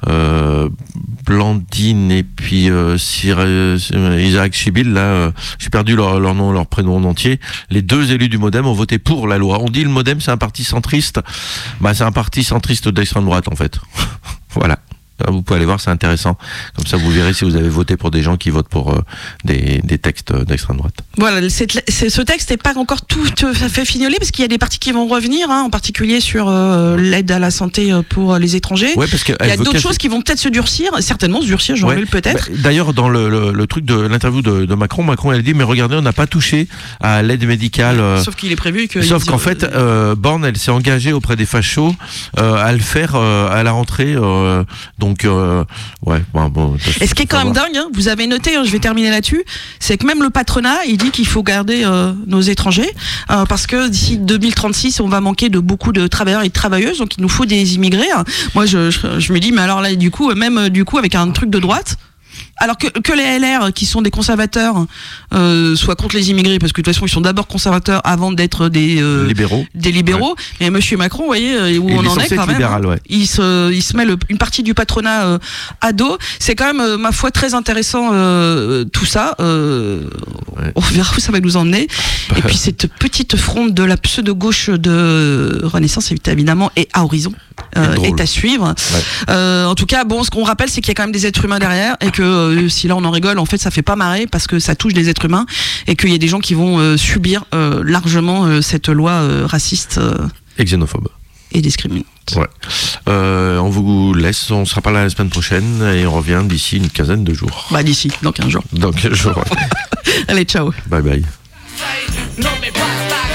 Blandine et puis Isaac Chibil, là, j'ai perdu leur nom, leur prénom en entier. Les 2 élus du MoDem ont voté pour la loi. On dit le MoDem c'est un parti centriste. Bah c'est un parti centriste d'extrême droite en fait. Voilà. Vous pouvez aller voir, c'est intéressant. Comme ça, vous verrez si vous avez voté pour des gens qui votent pour des textes d'extrême droite. Voilà, ce texte n'est pas encore tout à fait fignolé parce qu'il y a des parties qui vont revenir, en particulier sur l'aide à la santé pour les étrangers. Ouais, parce que il y a d'autres choses qui vont peut-être se durcir, certainement se durcir, j'en veux peut-être. D'ailleurs, dans le truc de l'interview de Macron, elle dit mais regardez, on n'a pas touché à l'aide médicale. Sauf qu'il est prévu que. Sauf qu'en fait, Borne, elle s'est engagée auprès des fachos à le faire à la rentrée. Donc, Et ce qui est quand même dingue, vous avez noté, je vais terminer là-dessus, c'est que même le patronat, il dit qu'il faut garder nos étrangers, parce que d'ici 2036, on va manquer de beaucoup de travailleurs et de travailleuses, donc il nous faut des immigrés. Moi, je me dis, mais alors là, du coup, avec un truc de droite, alors que les LR, qui sont des conservateurs, soient contre les immigrés, parce que de toute façon ils sont d'abord conservateurs avant d'être des libéraux. Ouais. Et Monsieur Macron, vous voyez où on en est quand même. Libéral, ouais. Il se met une partie du patronat à dos. C'est quand même, ma foi, très intéressant tout ça. On verra où ça va nous emmener. Et puis cette petite fronde de la pseudo-gauche de Renaissance, évidemment, et à Horizon. Est à suivre. En tout cas, ce qu'on rappelle, c'est qu'il y a quand même des êtres humains derrière et que si là on en rigole, en fait, ça fait pas marrer parce que ça touche des êtres humains et qu'il y a des gens qui vont subir largement cette loi raciste et xénophobe et discriminante. Ouais. On vous laisse, on sera pas là la semaine prochaine et on revient d'ici une quinzaine de jours. D'ici, dans 15 jours. Dans 15 jours. Allez, ciao. Bye bye.